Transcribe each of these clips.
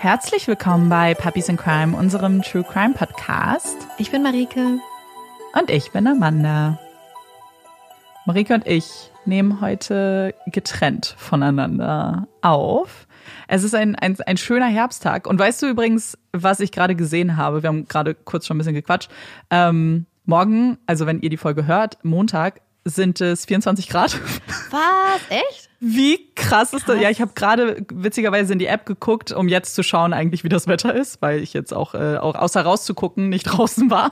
Herzlich willkommen bei Puppies in Crime, unserem True Crime Podcast. Ich bin Marike. Und ich bin Amanda. Marike und ich nehmen heute getrennt voneinander auf. Es ist ein schöner Herbsttag. Und weißt du übrigens, was ich gerade gesehen habe? Wir haben gerade kurz schon ein bisschen gequatscht. Morgen, also wenn ihr die Folge hört, Montag, sind es 24 Grad. Was? Echt? Wie krass ist das? Ja, ich habe gerade witzigerweise in die App geguckt, um jetzt zu schauen eigentlich, wie das Wetter ist, weil ich jetzt auch außer rauszugucken nicht draußen war.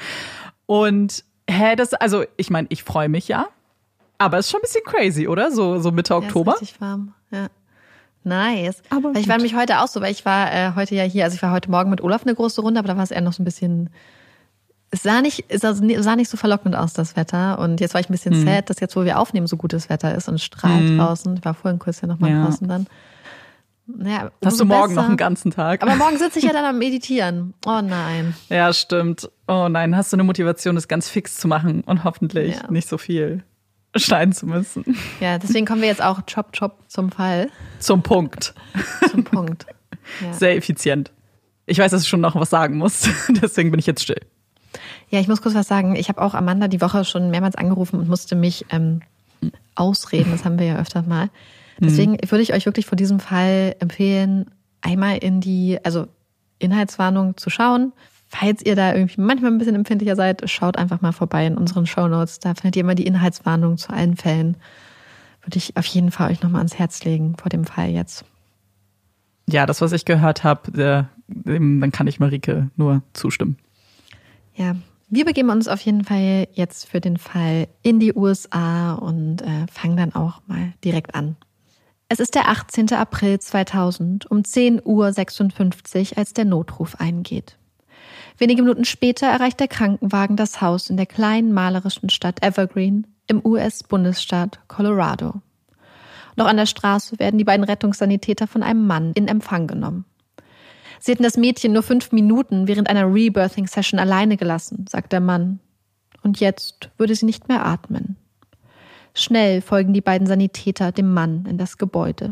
Und also ich meine, ich freue mich ja, aber es ist schon ein bisschen crazy, oder? So Mitte Oktober. Ist richtig warm, ja. Nice. Aber weil ich war nämlich heute auch so, weil ich war heute ja hier, also ich war heute Morgen mit Olaf eine große Runde, aber da war es eher noch so ein bisschen, es sah nicht so verlockend aus, das Wetter. Und jetzt war ich ein bisschen sad, dass jetzt, wo wir aufnehmen, so gutes Wetter ist und es strahlt draußen. Ich war vorhin kurz ja nochmal draußen dann. Naja, hast du morgen noch einen ganzen Tag? Aber morgen sitze ich ja dann am Meditieren. Oh nein. Ja, stimmt. Oh nein, hast du eine Motivation, das ganz fix zu machen und hoffentlich nicht so viel schneiden zu müssen. Ja, deswegen kommen wir jetzt auch chop zum Fall. Zum Punkt. Zum Punkt. Ja. Sehr effizient. Ich weiß, dass du schon noch was sagen musst, deswegen bin ich jetzt still. Ja, ich muss kurz was sagen. Ich habe auch Amanda die Woche schon mehrmals angerufen und musste mich ausreden. Das haben wir ja öfter mal. Deswegen würde ich euch wirklich vor diesem Fall empfehlen, einmal in die Inhaltswarnung zu schauen. Falls ihr da irgendwie manchmal ein bisschen empfindlicher seid, schaut einfach mal vorbei in unseren Shownotes. Da findet ihr immer die Inhaltswarnung zu allen Fällen. Würde ich auf jeden Fall euch nochmal ans Herz legen vor dem Fall jetzt. Ja, das, was ich gehört habe, dann kann ich Marike nur zustimmen. Ja, wir begeben uns auf jeden Fall jetzt für den Fall in die USA und fangen dann auch mal direkt an. Es ist der 18. April 2000 um 10:56 Uhr, als der Notruf eingeht. Wenige Minuten später erreicht der Krankenwagen das Haus in der kleinen malerischen Stadt Evergreen im US-Bundesstaat Colorado. Noch an der Straße werden die beiden Rettungssanitäter von einem Mann in Empfang genommen. Sie hätten das Mädchen nur 5 Minuten während einer Rebirthing-Session alleine gelassen, sagt der Mann. Und jetzt würde sie nicht mehr atmen. Schnell folgen die beiden Sanitäter dem Mann in das Gebäude.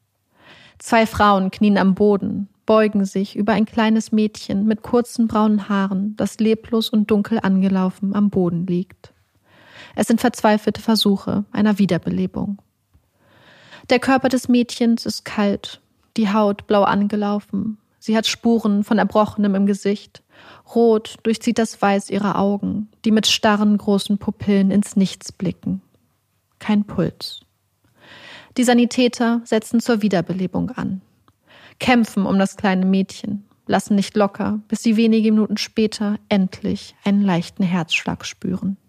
2 Frauen knien am Boden, beugen sich über ein kleines Mädchen mit kurzen braunen Haaren, das leblos und dunkel angelaufen am Boden liegt. Es sind verzweifelte Versuche einer Wiederbelebung. Der Körper des Mädchens ist kalt, die Haut blau angelaufen. Sie hat Spuren von Erbrochenem im Gesicht. Rot durchzieht das Weiß ihrer Augen, die mit starren, großen Pupillen ins Nichts blicken. Kein Puls. Die Sanitäter setzen zur Wiederbelebung an. Kämpfen um das kleine Mädchen, lassen nicht locker, bis sie wenige Minuten später endlich einen leichten Herzschlag spüren.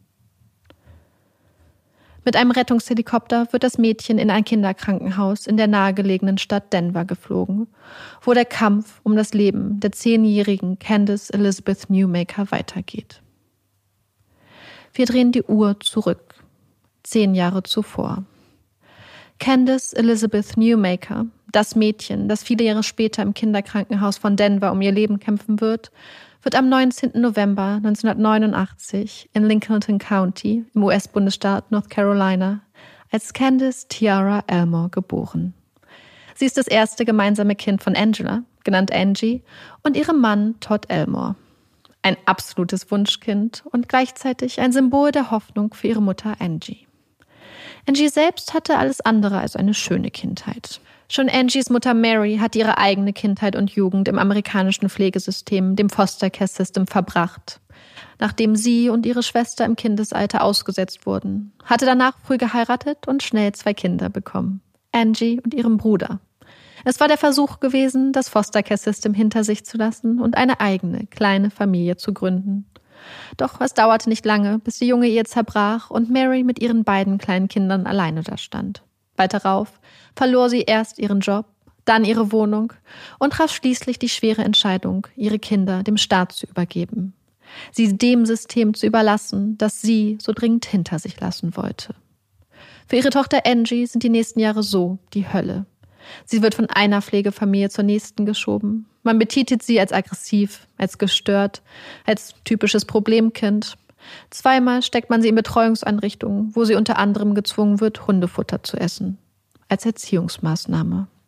Mit einem Rettungshelikopter wird das Mädchen in ein Kinderkrankenhaus in der nahegelegenen Stadt Denver geflogen, wo der Kampf um das Leben der 10-jährigen Candace Elizabeth Newmaker weitergeht. Wir drehen die Uhr zurück, 10 Jahre zuvor. Candace Elizabeth Newmaker, das Mädchen, das viele Jahre später im Kinderkrankenhaus von Denver um ihr Leben kämpfen wird am 19. November 1989 in Lincoln County im US-Bundesstaat North Carolina als Candace Tiara Elmore geboren. Sie ist das erste gemeinsame Kind von Angela, genannt Angie, und ihrem Mann Todd Elmore. Ein absolutes Wunschkind und gleichzeitig ein Symbol der Hoffnung für ihre Mutter Angie. Angie selbst hatte alles andere als eine schöne Kindheit. Schon Angies Mutter Mary hat ihre eigene Kindheit und Jugend im amerikanischen Pflegesystem, dem Foster Care System, verbracht. Nachdem sie und ihre Schwester im Kindesalter ausgesetzt wurden, hatte danach früh geheiratet und schnell 2 Kinder bekommen. Angie und ihrem Bruder. Es war der Versuch gewesen, das Foster Care System hinter sich zu lassen und eine eigene, kleine Familie zu gründen. Doch es dauerte nicht lange, bis die junge Ehe zerbrach und Mary mit ihren beiden kleinen Kindern alleine dastand. Bald darauf verlor sie erst ihren Job, dann ihre Wohnung und traf schließlich die schwere Entscheidung, ihre Kinder dem Staat zu übergeben. Sie dem System zu überlassen, das sie so dringend hinter sich lassen wollte. Für ihre Tochter Angie sind die nächsten Jahre so die Hölle. Sie wird von einer Pflegefamilie zur nächsten geschoben. Man betitelt sie als aggressiv, als gestört, als typisches Problemkind. 2-mal steckt man sie in Betreuungseinrichtungen, wo sie unter anderem gezwungen wird, Hundefutter zu essen. Als Erziehungsmaßnahme.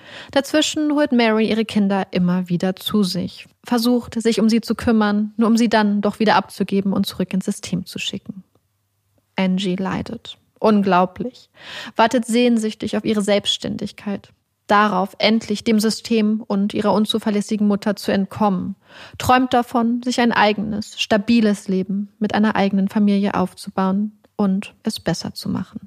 Dazwischen holt Mary ihre Kinder immer wieder zu sich, versucht, sich um sie zu kümmern, nur um sie dann doch wieder abzugeben und zurück ins System zu schicken. Angie leidet. Unglaublich. Wartet sehnsüchtig auf ihre Selbstständigkeit. Darauf, endlich dem System und ihrer unzuverlässigen Mutter zu entkommen. Träumt davon, sich ein eigenes, stabiles Leben mit einer eigenen Familie aufzubauen und es besser zu machen.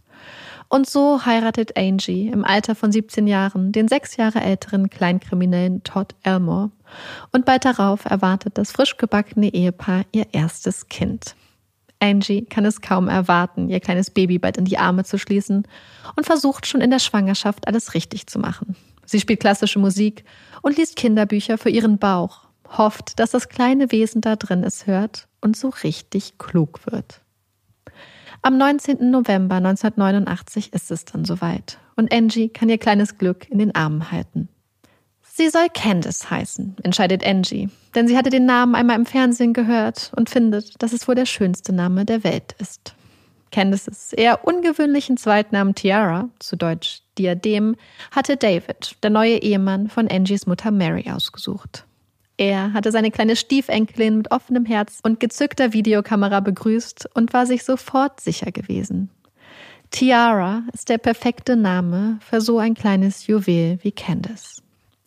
Und so heiratet Angie im Alter von 17 Jahren den 6 Jahre älteren Kleinkriminellen Todd Elmore. Und bald darauf erwartet das frisch gebackene Ehepaar ihr erstes Kind. Angie kann es kaum erwarten, ihr kleines Baby bald in die Arme zu schließen und versucht schon in der Schwangerschaft alles richtig zu machen. Sie spielt klassische Musik und liest Kinderbücher für ihren Bauch, hofft, dass das kleine Wesen da drin es hört und so richtig klug wird. Am 19. November 1989 ist es dann soweit und Angie kann ihr kleines Glück in den Armen halten. Sie soll Candace heißen, entscheidet Angie, denn sie hatte den Namen einmal im Fernsehen gehört und findet, dass es wohl der schönste Name der Welt ist. Candaces eher ungewöhnlichen Zweitnamen Tiara, zu Deutsch Diadem, hatte David, der neue Ehemann von Angies Mutter Mary, ausgesucht. Er hatte seine kleine Stiefenkelin mit offenem Herz und gezückter Videokamera begrüßt und war sich sofort sicher gewesen. Tiara ist der perfekte Name für so ein kleines Juwel wie Candace.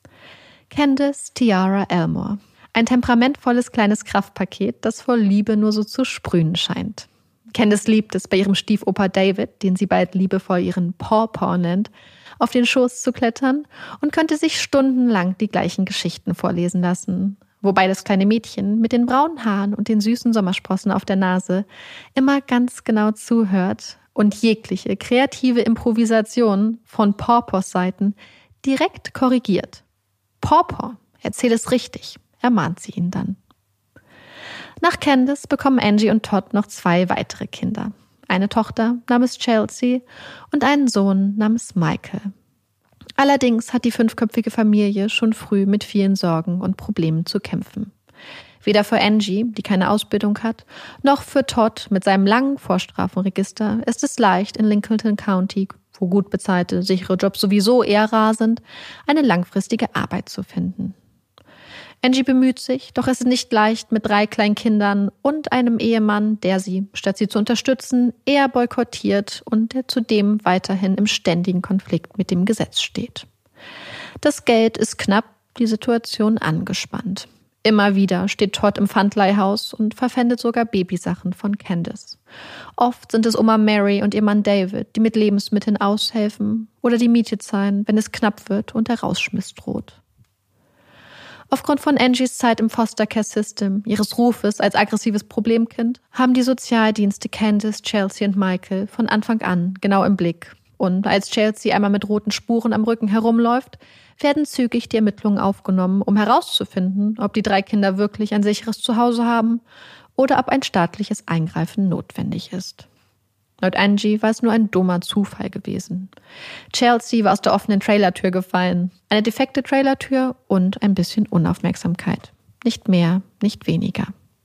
Candace Tiara Elmore. Ein temperamentvolles kleines Kraftpaket, das vor Liebe nur so zu sprühen scheint. Candace liebt es, bei ihrem Stiefoper David, den sie bald liebevoll ihren Pawpaw nennt, auf den Schoß zu klettern und könnte sich stundenlang die gleichen Geschichten vorlesen lassen. Wobei das kleine Mädchen mit den braunen Haaren und den süßen Sommersprossen auf der Nase immer ganz genau zuhört und jegliche kreative Improvisation von Pawpaws Seiten direkt korrigiert. Pawpaw, erzähl es richtig, ermahnt sie ihn dann. Nach Candace bekommen Angie und Todd noch 2 weitere Kinder. Eine Tochter namens Chelsea und einen Sohn namens Michael. Allerdings hat die 5-köpfige Familie schon früh mit vielen Sorgen und Problemen zu kämpfen. Weder für Angie, die keine Ausbildung hat, noch für Todd mit seinem langen Vorstrafenregister ist es leicht, in Lincoln County, wo gut bezahlte, sichere Jobs sowieso eher rar sind, eine langfristige Arbeit zu finden. Angie bemüht sich, doch es ist nicht leicht mit 3 kleinen Kindern und einem Ehemann, der sie, statt sie zu unterstützen, eher boykottiert und der zudem weiterhin im ständigen Konflikt mit dem Gesetz steht. Das Geld ist knapp, die Situation angespannt. Immer wieder steht Todd im Pfandleihhaus und verpfändet sogar Babysachen von Candace. Oft sind es Oma Mary und ihr Mann David, die mit Lebensmitteln aushelfen oder die Miete zahlen, wenn es knapp wird und der Rausschmiss droht. Aufgrund von Angies Zeit im Foster Care System, ihres Rufes als aggressives Problemkind, haben die Sozialdienste Candace, Chelsea und Michael von Anfang an genau im Blick. Und als Chelsea einmal mit roten Spuren am Rücken herumläuft, werden zügig die Ermittlungen aufgenommen, um herauszufinden, ob die 3 Kinder wirklich ein sicheres Zuhause haben oder ob ein staatliches Eingreifen notwendig ist. Laut Angie war es nur ein dummer Zufall gewesen. Chelsea war aus der offenen Trailertür gefallen. Eine defekte Trailertür und ein bisschen Unaufmerksamkeit. Nicht mehr, nicht weniger.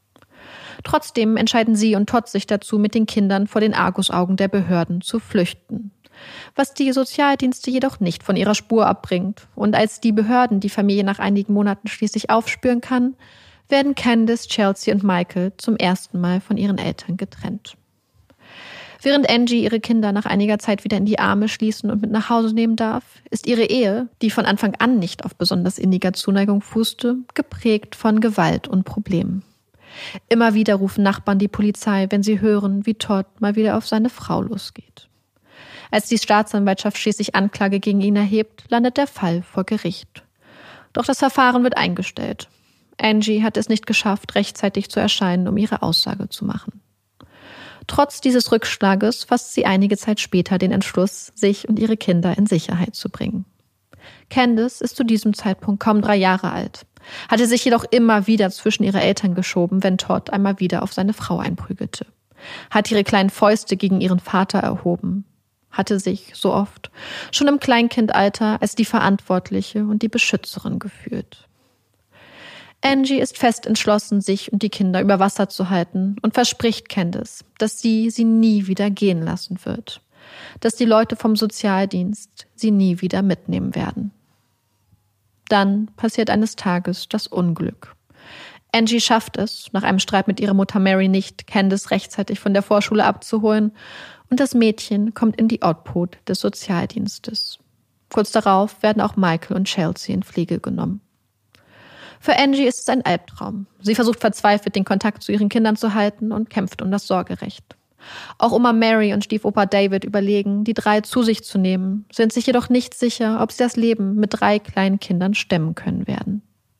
Trotzdem entscheiden sie und Todd sich dazu, mit den Kindern vor den Argusaugen der Behörden zu flüchten. Was die Sozialdienste jedoch nicht von ihrer Spur abbringt. Und als die Behörden die Familie nach einigen Monaten schließlich aufspüren kann, werden Candace, Chelsea und Michael zum ersten Mal von ihren Eltern getrennt. Während Angie ihre Kinder nach einiger Zeit wieder in die Arme schließen und mit nach Hause nehmen darf, ist ihre Ehe, die von Anfang an nicht auf besonders inniger Zuneigung fußte, geprägt von Gewalt und Problemen. Immer wieder rufen Nachbarn die Polizei, wenn sie hören, wie Todd mal wieder auf seine Frau losgeht. Als die Staatsanwaltschaft schließlich Anklage gegen ihn erhebt, landet der Fall vor Gericht. Doch das Verfahren wird eingestellt. Angie hat es nicht geschafft, rechtzeitig zu erscheinen, um ihre Aussage zu machen. Trotz dieses Rückschlages fasst sie einige Zeit später den Entschluss, sich und ihre Kinder in Sicherheit zu bringen. Candace ist zu diesem Zeitpunkt kaum 3 Jahre alt, hatte sich jedoch immer wieder zwischen ihre Eltern geschoben, wenn Todd einmal wieder auf seine Frau einprügelte, hat ihre kleinen Fäuste gegen ihren Vater erhoben, hatte sich, so oft, schon im Kleinkindalter als die Verantwortliche und die Beschützerin gefühlt. Angie ist fest entschlossen, sich und die Kinder über Wasser zu halten und verspricht Candace, dass sie nie wieder gehen lassen wird, dass die Leute vom Sozialdienst sie nie wieder mitnehmen werden. Dann passiert eines Tages das Unglück. Angie schafft es, nach einem Streit mit ihrer Mutter Mary nicht, Candace rechtzeitig von der Vorschule abzuholen und das Mädchen kommt in die Obhut des Sozialdienstes. Kurz darauf werden auch Michael und Chelsea in Pflege genommen. Für Angie ist es ein Albtraum. Sie versucht verzweifelt, den Kontakt zu ihren Kindern zu halten und kämpft um das Sorgerecht. Auch Oma Mary und Stiefopa David überlegen, die 3 zu sich zu nehmen, sind sich jedoch nicht sicher, ob sie das Leben mit 3 kleinen Kindern stemmen können werden.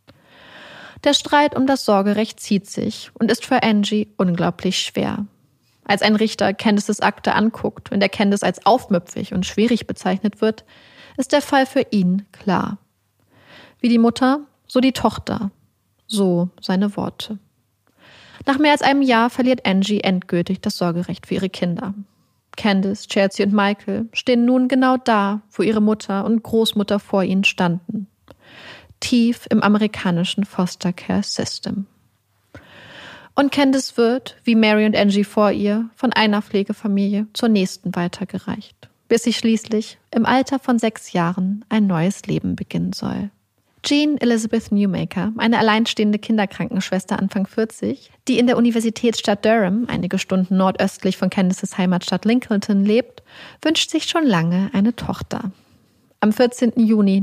Der Streit um das Sorgerecht zieht sich und ist für Angie unglaublich schwer. Als ein Richter Candaces Akte anguckt, in der Candace als aufmüpfig und schwierig bezeichnet wird, ist der Fall für ihn klar. Wie die Mutter, so die Tochter, so seine Worte. Nach mehr als einem Jahr verliert Angie endgültig das Sorgerecht für ihre Kinder. Candace, Chelsea und Michael stehen nun genau da, wo ihre Mutter und Großmutter vor ihnen standen. Tief im amerikanischen Foster Care System. Und Candace wird, wie Mary und Angie vor ihr, von einer Pflegefamilie zur nächsten weitergereicht, bis sie schließlich im Alter von 6 Jahren ein neues Leben beginnen soll. Jean Elizabeth Newmaker, eine alleinstehende Kinderkrankenschwester Anfang 40, die in der Universitätsstadt Durham, einige Stunden nordöstlich von Candaces Heimatstadt Lincoln, lebt, wünscht sich schon lange eine Tochter. Am 14. Juni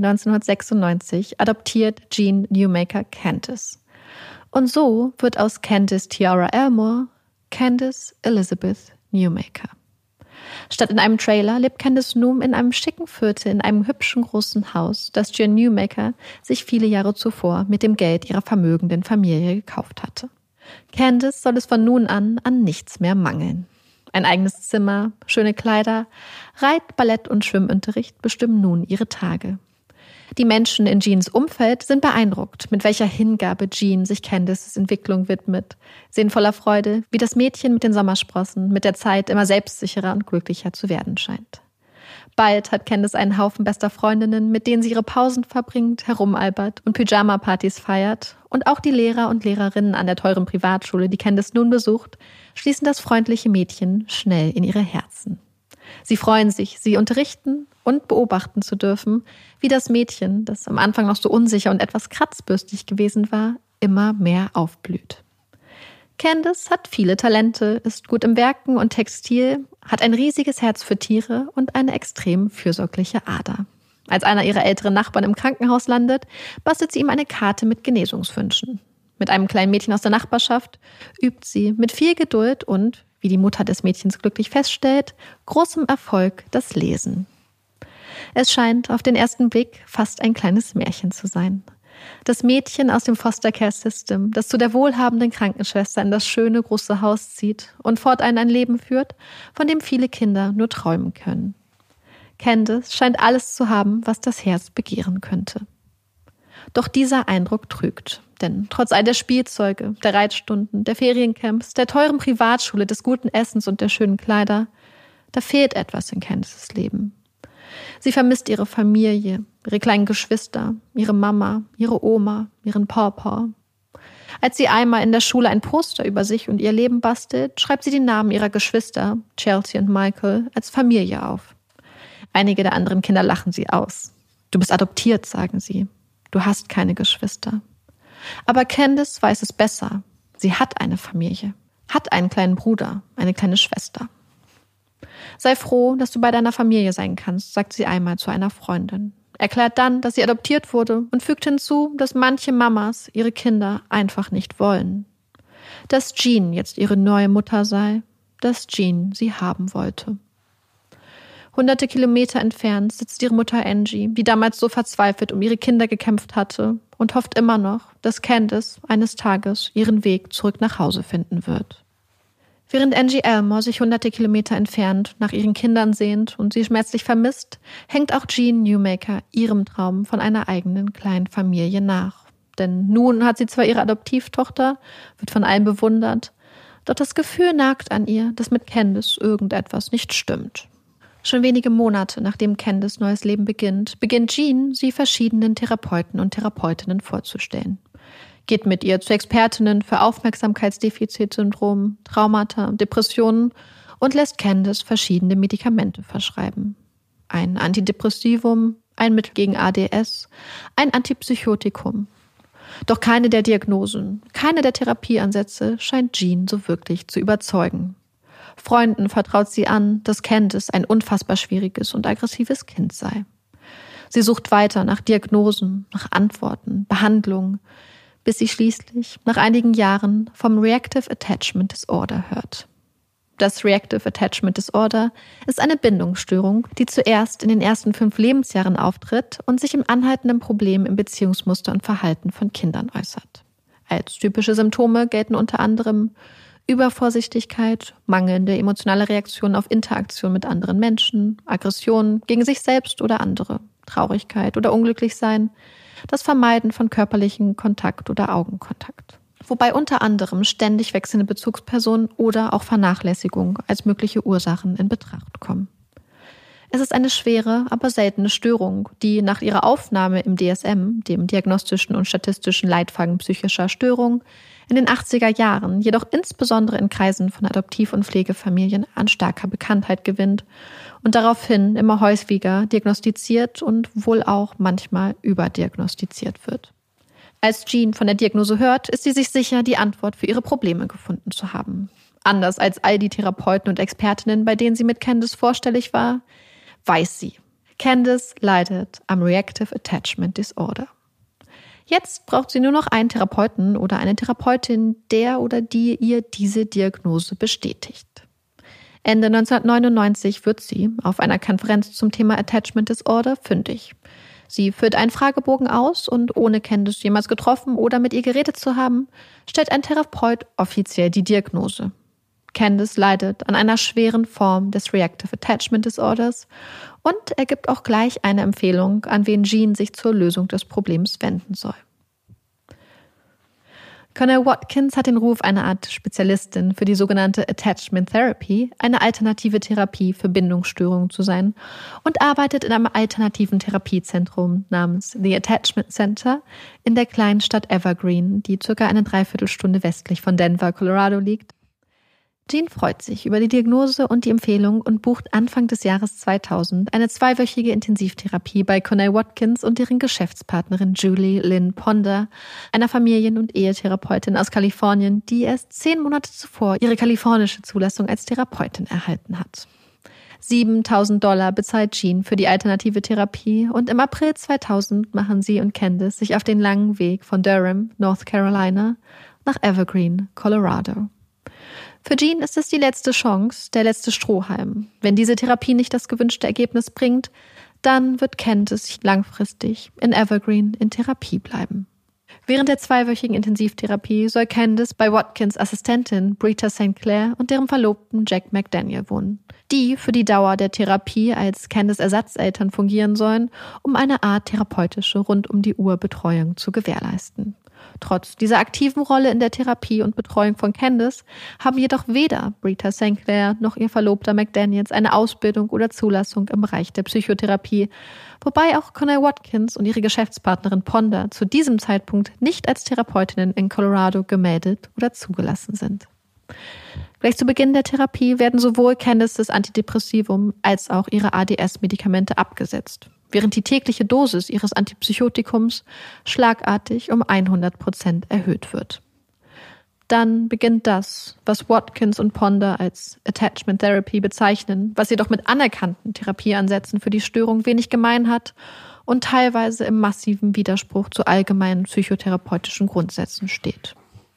1996 adoptiert Jean Newmaker Candace. Und so wird aus Candace Tiara Elmore Candace Elizabeth Newmaker. Statt in einem Trailer lebt Candace nun in einem schicken Viertel in einem hübschen großen Haus, das Jean Newmaker sich viele Jahre zuvor mit dem Geld ihrer vermögenden Familie gekauft hatte. Candace soll es von nun an nichts mehr mangeln. Ein eigenes Zimmer, schöne Kleider, Reit-, Ballett- und Schwimmunterricht bestimmen nun ihre Tage. Die Menschen in Jeans Umfeld sind beeindruckt, mit welcher Hingabe Jean sich Candaces Entwicklung widmet, sehen voller Freude, wie das Mädchen mit den Sommersprossen mit der Zeit immer selbstsicherer und glücklicher zu werden scheint. Bald hat Candace einen Haufen bester Freundinnen, mit denen sie ihre Pausen verbringt, herumalbert und Pyjama-Partys feiert. Und auch die Lehrer und Lehrerinnen an der teuren Privatschule, die Candace nun besucht, schließen das freundliche Mädchen schnell in ihre Herzen. Sie freuen sich, sie unterrichten und beobachten zu dürfen, wie das Mädchen, das am Anfang noch so unsicher und etwas kratzbürstig gewesen war, immer mehr aufblüht. Candace hat viele Talente, ist gut im Werken und Textil, hat ein riesiges Herz für Tiere und eine extrem fürsorgliche Ader. Als einer ihrer älteren Nachbarn im Krankenhaus landet, bastelt sie ihm eine Karte mit Genesungswünschen. Mit einem kleinen Mädchen aus der Nachbarschaft übt sie mit viel Geduld und, wie die Mutter des Mädchens glücklich feststellt, großem Erfolg das Lesen. Es scheint auf den ersten Blick fast ein kleines Märchen zu sein. Das Mädchen aus dem Foster Care System, das zu der wohlhabenden Krankenschwester in das schöne große Haus zieht und fortan ein Leben führt, von dem viele Kinder nur träumen können. Candace scheint alles zu haben, was das Herz begehren könnte. Doch dieser Eindruck trügt, denn trotz all der Spielzeuge, der Reitstunden, der Feriencamps, der teuren Privatschule, des guten Essens und der schönen Kleider, da fehlt etwas in Candaces Leben. Sie vermisst ihre Familie, ihre kleinen Geschwister, ihre Mama, ihre Oma, ihren Pawpaw. Als sie einmal in der Schule ein Poster über sich und ihr Leben bastelt, schreibt sie die Namen ihrer Geschwister, Chelsea und Michael, als Familie auf. Einige der anderen Kinder lachen sie aus. Du bist adoptiert, sagen sie. Du hast keine Geschwister. Aber Candace weiß es besser. Sie hat eine Familie, hat einen kleinen Bruder, eine kleine Schwester. Sei froh, dass du bei deiner Familie sein kannst, sagt sie einmal zu einer Freundin. Erklärt dann, dass sie adoptiert wurde und fügt hinzu, dass manche Mamas ihre Kinder einfach nicht wollen. Dass Jean jetzt ihre neue Mutter sei, dass Jean sie haben wollte. Hunderte Kilometer entfernt sitzt ihre Mutter Angie, die damals so verzweifelt um ihre Kinder gekämpft hatte und hofft immer noch, dass Candace eines Tages ihren Weg zurück nach Hause finden wird. Während Angie Elmore sich hunderte Kilometer entfernt nach ihren Kindern sehnt und sie schmerzlich vermisst, hängt auch Jean Newmaker ihrem Traum von einer eigenen kleinen Familie nach. Denn nun hat sie zwar ihre Adoptivtochter, wird von allen bewundert, doch das Gefühl nagt an ihr, dass mit Candace irgendetwas nicht stimmt. Schon wenige Monate nachdem Candace neues Leben beginnt Jean, sie verschiedenen Therapeuten und Therapeutinnen vorzustellen. Geht mit ihr zu Expertinnen für Aufmerksamkeitsdefizitsyndrom, Traumata, Depressionen und lässt Candace verschiedene Medikamente verschreiben. Ein Antidepressivum, ein Mittel gegen ADS, ein Antipsychotikum. Doch keine der Diagnosen, keine der Therapieansätze scheint Jean so wirklich zu überzeugen. Freunden vertraut sie an, dass Candace ein unfassbar schwieriges und aggressives Kind sei. Sie sucht weiter nach Diagnosen, nach Antworten, Behandlungen, bis sie schließlich nach einigen Jahren vom Reactive Attachment Disorder hört. Das Reactive Attachment Disorder ist eine Bindungsstörung, die zuerst in den ersten 5 Lebensjahren auftritt und sich im anhaltenden Problem im Beziehungsmuster und Verhalten von Kindern äußert. Als typische Symptome gelten unter anderem Übervorsichtigkeit, mangelnde emotionale Reaktion auf Interaktion mit anderen Menschen, Aggression gegen sich selbst oder andere, Traurigkeit oder Unglücklichsein, das Vermeiden von körperlichem Kontakt oder Augenkontakt. Wobei unter anderem ständig wechselnde Bezugspersonen oder auch Vernachlässigung als mögliche Ursachen in Betracht kommen. Es ist eine schwere, aber seltene Störung, die nach ihrer Aufnahme im DSM, dem Diagnostischen und Statistischen Leitfaden psychischer Störungen, in den 80er Jahren jedoch insbesondere in Kreisen von Adoptiv- und Pflegefamilien an starker Bekanntheit gewinnt und daraufhin immer häufiger diagnostiziert und wohl auch manchmal überdiagnostiziert wird. Als Jean von der Diagnose hört, ist sie sich sicher, die Antwort für ihre Probleme gefunden zu haben. Anders als all die Therapeuten und Expertinnen, bei denen sie mit Candace vorstellig war, weiß sie. Candace leidet am Reactive Attachment Disorder. Jetzt braucht sie nur noch einen Therapeuten oder eine Therapeutin, der oder die ihr diese Diagnose bestätigt. Ende 1999 wird sie auf einer Konferenz zum Thema Attachment Disorder fündig. Sie füllt einen Fragebogen aus und ohne Candace jemals getroffen oder mit ihr geredet zu haben, stellt ein Therapeut offiziell die Diagnose. Candace leidet an einer schweren Form des Reactive Attachment Disorders und er gibt auch gleich eine Empfehlung, an wen Jean sich zur Lösung des Problems wenden soll. Conal Watkins hat den Ruf, eine Art Spezialistin für die sogenannte Attachment Therapy, eine alternative Therapie für Bindungsstörungen zu sein und arbeitet in einem alternativen Therapiezentrum namens The Attachment Center in der kleinen Stadt Evergreen, die ca. eine Dreiviertelstunde westlich von Denver, Colorado liegt. Jean freut sich über die Diagnose und die Empfehlung und bucht Anfang des Jahres 2000 eine 2-wöchige Intensivtherapie bei Conal Watkins und deren Geschäftspartnerin Julie Lynn Ponder, einer Familien- und Ehetherapeutin aus Kalifornien, die erst 10 Monate zuvor ihre kalifornische Zulassung als Therapeutin erhalten hat. $7.000 bezahlt Jean für die alternative Therapie und im April 2000 machen sie und Candace sich auf den langen Weg von Durham, North Carolina, nach Evergreen, Colorado. Für Jean ist es die letzte Chance, der letzte Strohhalm. Wenn diese Therapie nicht das gewünschte Ergebnis bringt, dann wird Candace langfristig in Evergreen in Therapie bleiben. Während der 2-wöchigen Intensivtherapie soll Candace bei Watkins' Assistentin Brita St. Clair und deren Verlobten Jack McDaniel wohnen, die für die Dauer der Therapie als Candace' Ersatzeltern fungieren sollen, um eine Art therapeutische Rund-um-die-Uhr-Betreuung zu gewährleisten. Trotz dieser aktiven Rolle in der Therapie und Betreuung von Candace haben jedoch weder Brita St. Clair noch ihr Verlobter McDaniels eine Ausbildung oder Zulassung im Bereich der Psychotherapie, wobei auch Conal Watkins und ihre Geschäftspartnerin Ponder zu diesem Zeitpunkt nicht als Therapeutinnen in Colorado gemeldet oder zugelassen sind. Gleich zu Beginn der Therapie werden sowohl Candaces Antidepressivum als auch ihre ADS-Medikamente abgesetzt, während die tägliche Dosis ihres Antipsychotikums schlagartig um 100% erhöht wird. Dann beginnt das, was Watkins und Ponder als Attachment Therapy bezeichnen, was jedoch mit anerkannten Therapieansätzen für die Störung wenig gemein hat und teilweise im massiven Widerspruch zu allgemeinen psychotherapeutischen Grundsätzen steht.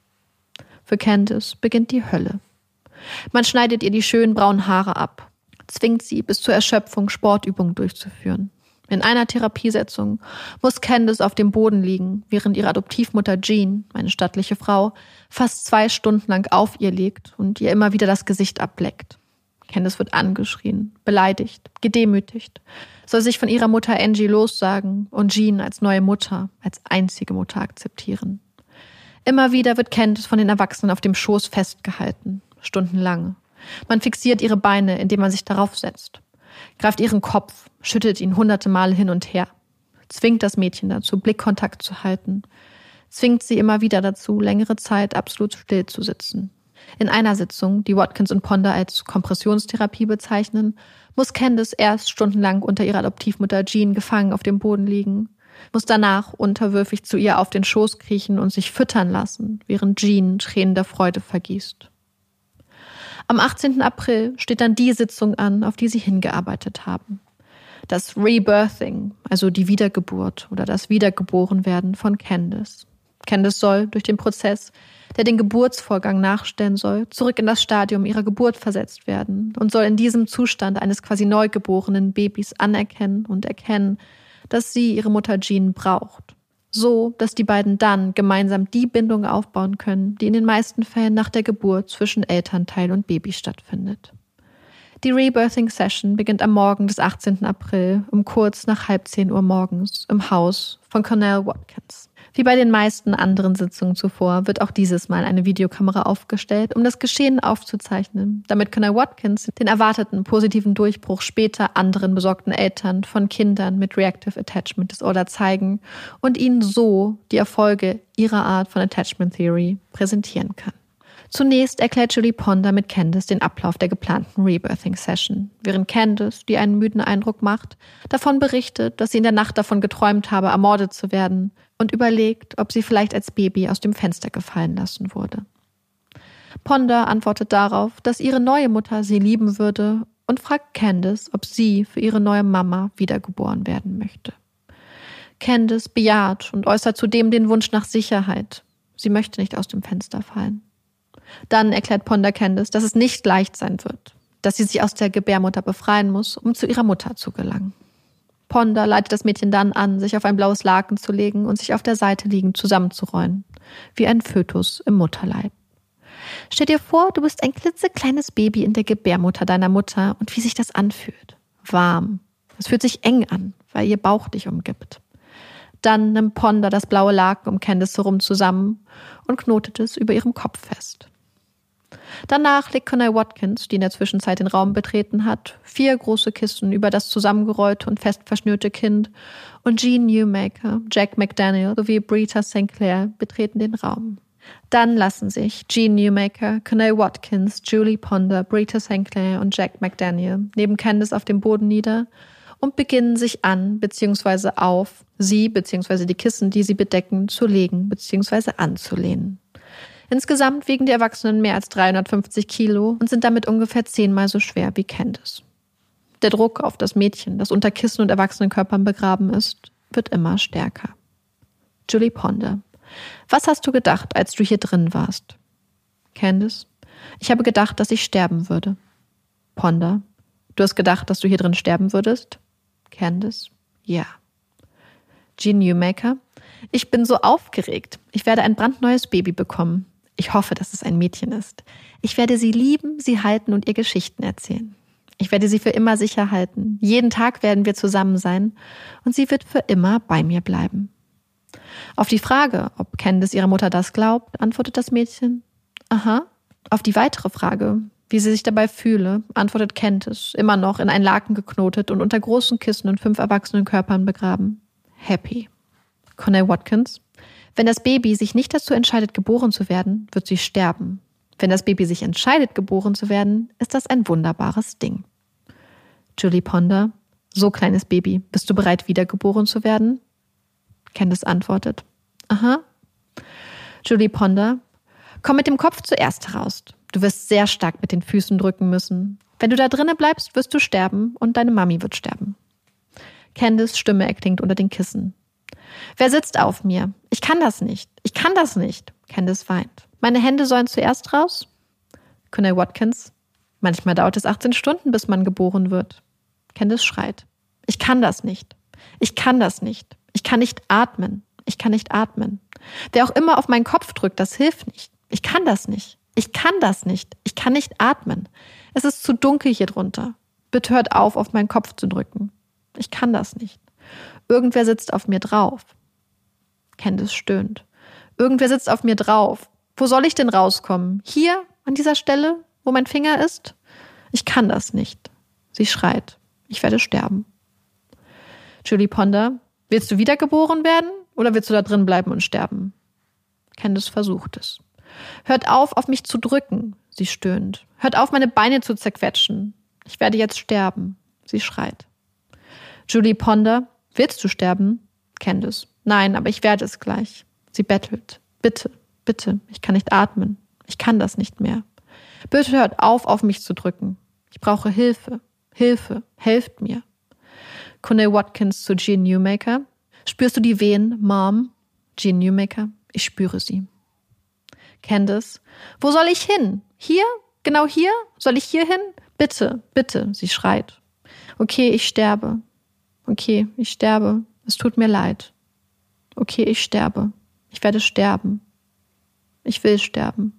Für Candace beginnt die Hölle. Man schneidet ihr die schönen braunen Haare ab, zwingt sie bis zur Erschöpfung Sportübungen durchzuführen. In einer Therapiesetzung muss Candace auf dem Boden liegen, während ihre Adoptivmutter Jean, eine stattliche Frau, fast 2 Stunden lang auf ihr liegt und ihr immer wieder das Gesicht ableckt. Candace wird angeschrien, beleidigt, gedemütigt, soll sich von ihrer Mutter Angie lossagen und Jean als neue Mutter, als einzige Mutter akzeptieren. Immer wieder wird Candace von den Erwachsenen auf dem Schoß festgehalten, stundenlang. Man fixiert ihre Beine, indem man sich darauf setzt, greift ihren Kopf, schüttelt ihn 100 Mal hin und her, zwingt das Mädchen dazu, Blickkontakt zu halten, zwingt sie immer wieder dazu, längere Zeit absolut still zu sitzen. In einer Sitzung, die Watkins und Ponder als Kompressionstherapie bezeichnen, muss Candace erst stundenlang unter ihrer Adoptivmutter Jean gefangen auf dem Boden liegen, muss danach unterwürfig zu ihr auf den Schoß kriechen und sich füttern lassen, während Jean Tränen der Freude vergießt. Am 18. April steht dann die Sitzung an, auf die sie hingearbeitet haben. Das Rebirthing, also die Wiedergeburt oder das Wiedergeborenwerden von Candace. Candace soll durch den Prozess, der den Geburtsvorgang nachstellen soll, zurück in das Stadium ihrer Geburt versetzt werden und soll in diesem Zustand eines quasi neugeborenen Babys anerkennen und erkennen, dass sie ihre Mutter Jean braucht. So, dass die beiden dann gemeinsam die Bindung aufbauen können, die in den meisten Fällen nach der Geburt zwischen Elternteil und Baby stattfindet. Die Rebirthing-Session beginnt am Morgen des 18. April um kurz nach 9:30 morgens im Haus von Cornel Watkins. Wie bei den meisten anderen Sitzungen zuvor wird auch dieses Mal eine Videokamera aufgestellt, um das Geschehen aufzuzeichnen, damit Cornel Watkins den erwarteten positiven Durchbruch später anderen besorgten Eltern von Kindern mit Reactive Attachment Disorder zeigen und ihnen so die Erfolge ihrer Art von Attachment Theory präsentieren kann. Zunächst erklärt Julie Ponder mit Candace den Ablauf der geplanten Rebirthing-Session, während Candace, die einen müden Eindruck macht, davon berichtet, dass sie in der Nacht davon geträumt habe, ermordet zu werden und überlegt, ob sie vielleicht als Baby aus dem Fenster gefallen lassen wurde. Ponder antwortet darauf, dass ihre neue Mutter sie lieben würde und fragt Candace, ob sie für ihre neue Mama wiedergeboren werden möchte. Candace bejaht und äußert zudem den Wunsch nach Sicherheit. Sie möchte nicht aus dem Fenster fallen. Dann erklärt Ponder Candace, dass es nicht leicht sein wird, dass sie sich aus der Gebärmutter befreien muss, um zu ihrer Mutter zu gelangen. Ponder leitet das Mädchen dann an, sich auf ein blaues Laken zu legen und sich auf der Seite liegend zusammenzurollen, wie ein Fötus im Mutterleib. Stell dir vor, du bist ein klitzekleines Baby in der Gebärmutter deiner Mutter und wie sich das anfühlt. Warm. Es fühlt sich eng an, weil ihr Bauch dich umgibt. Dann nimmt Ponder das blaue Laken um Candace herum zusammen und knotet es über ihrem Kopf fest. Danach legt Cornel Watkins, die in der Zwischenzeit den Raum betreten hat, 4 große Kissen über das zusammengerollte und fest verschnürte Kind und Jean Newmaker, Jack McDaniel sowie Brita St. Clair betreten den Raum. Dann lassen sich Jean Newmaker, Cornel Watkins, Julie Ponder, Brita St. Clair und Jack McDaniel neben Candace auf dem Boden nieder und beginnen sich an bzw. auf sie bzw. die Kissen, die sie bedecken, zu legen bzw. anzulehnen. Insgesamt wiegen die Erwachsenen mehr als 350 Kilo und sind damit ungefähr 10-mal so schwer wie Candace. Der Druck auf das Mädchen, das unter Kissen und Erwachsenenkörpern begraben ist, wird immer stärker. Julie Ponder: Was hast du gedacht, als du hier drin warst? Candace: Ich habe gedacht, dass ich sterben würde. Ponder: Du hast gedacht, dass du hier drin sterben würdest? Candace: Ja. Jean Newmaker: Ich bin so aufgeregt. Ich werde ein brandneues Baby bekommen. Ich hoffe, dass es ein Mädchen ist. Ich werde sie lieben, sie halten und ihr Geschichten erzählen. Ich werde sie für immer sicher halten. Jeden Tag werden wir zusammen sein und sie wird für immer bei mir bleiben. Auf die Frage, ob Candace ihrer Mutter das glaubt, antwortet das Mädchen: Aha. Auf die weitere Frage, wie sie sich dabei fühle, antwortet Candace, immer noch in ein Laken geknotet und unter großen Kissen und 5 erwachsenen Körpern begraben: Happy. Cornel Watkins: Wenn das Baby sich nicht dazu entscheidet, geboren zu werden, wird sie sterben. Wenn das Baby sich entscheidet, geboren zu werden, ist das ein wunderbares Ding. Julie Ponder: So kleines Baby, bist du bereit, wiedergeboren zu werden? Candace antwortet: Aha. Julie Ponder: Komm mit dem Kopf zuerst heraus. Du wirst sehr stark mit den Füßen drücken müssen. Wenn du da drinnen bleibst, wirst du sterben und deine Mami wird sterben. Candace' Stimme erklingt unter den Kissen: Wer sitzt auf mir? Ich kann das nicht. Ich kann das nicht. Candace weint: Meine Hände sollen zuerst raus? Cornel Watkins: Manchmal dauert es 18 Stunden, bis man geboren wird. Candace schreit: Ich kann das nicht. Ich kann das nicht. Ich kann nicht atmen. Ich kann nicht atmen. Wer auch immer auf meinen Kopf drückt, das hilft nicht. Ich kann das nicht. Ich kann das nicht. Ich kann nicht atmen. Es ist zu dunkel hier drunter. Bitte hört auf meinen Kopf zu drücken. Ich kann das nicht. Irgendwer sitzt auf mir drauf. Candace stöhnt: Irgendwer sitzt auf mir drauf. Wo soll ich denn rauskommen? Hier, an dieser Stelle, wo mein Finger ist? Ich kann das nicht. Sie schreit: Ich werde sterben. Julie Ponder: Willst du wiedergeboren werden oder willst du da drin bleiben und sterben? Candace versucht es. Hört auf mich zu drücken, sie stöhnt. Hört auf, meine Beine zu zerquetschen. Ich werde jetzt sterben, sie schreit. Julie Ponder, willst du sterben? Candace, nein, aber ich werde es gleich. Sie bettelt. Bitte, bitte, ich kann nicht atmen. Ich kann das nicht mehr. Bitte hört auf mich zu drücken. Ich brauche Hilfe. Hilfe, helft mir. Cornell Watkins zu Jean Newmaker. Spürst du die Wehen, Mom? Jean Newmaker, ich spüre sie. Candace, wo soll ich hin? Hier? Genau hier? Soll ich hier hin? Bitte, bitte, sie schreit. Okay, ich sterbe. Okay, ich sterbe. Es tut mir leid. Okay, ich sterbe. Ich werde sterben. Ich will sterben.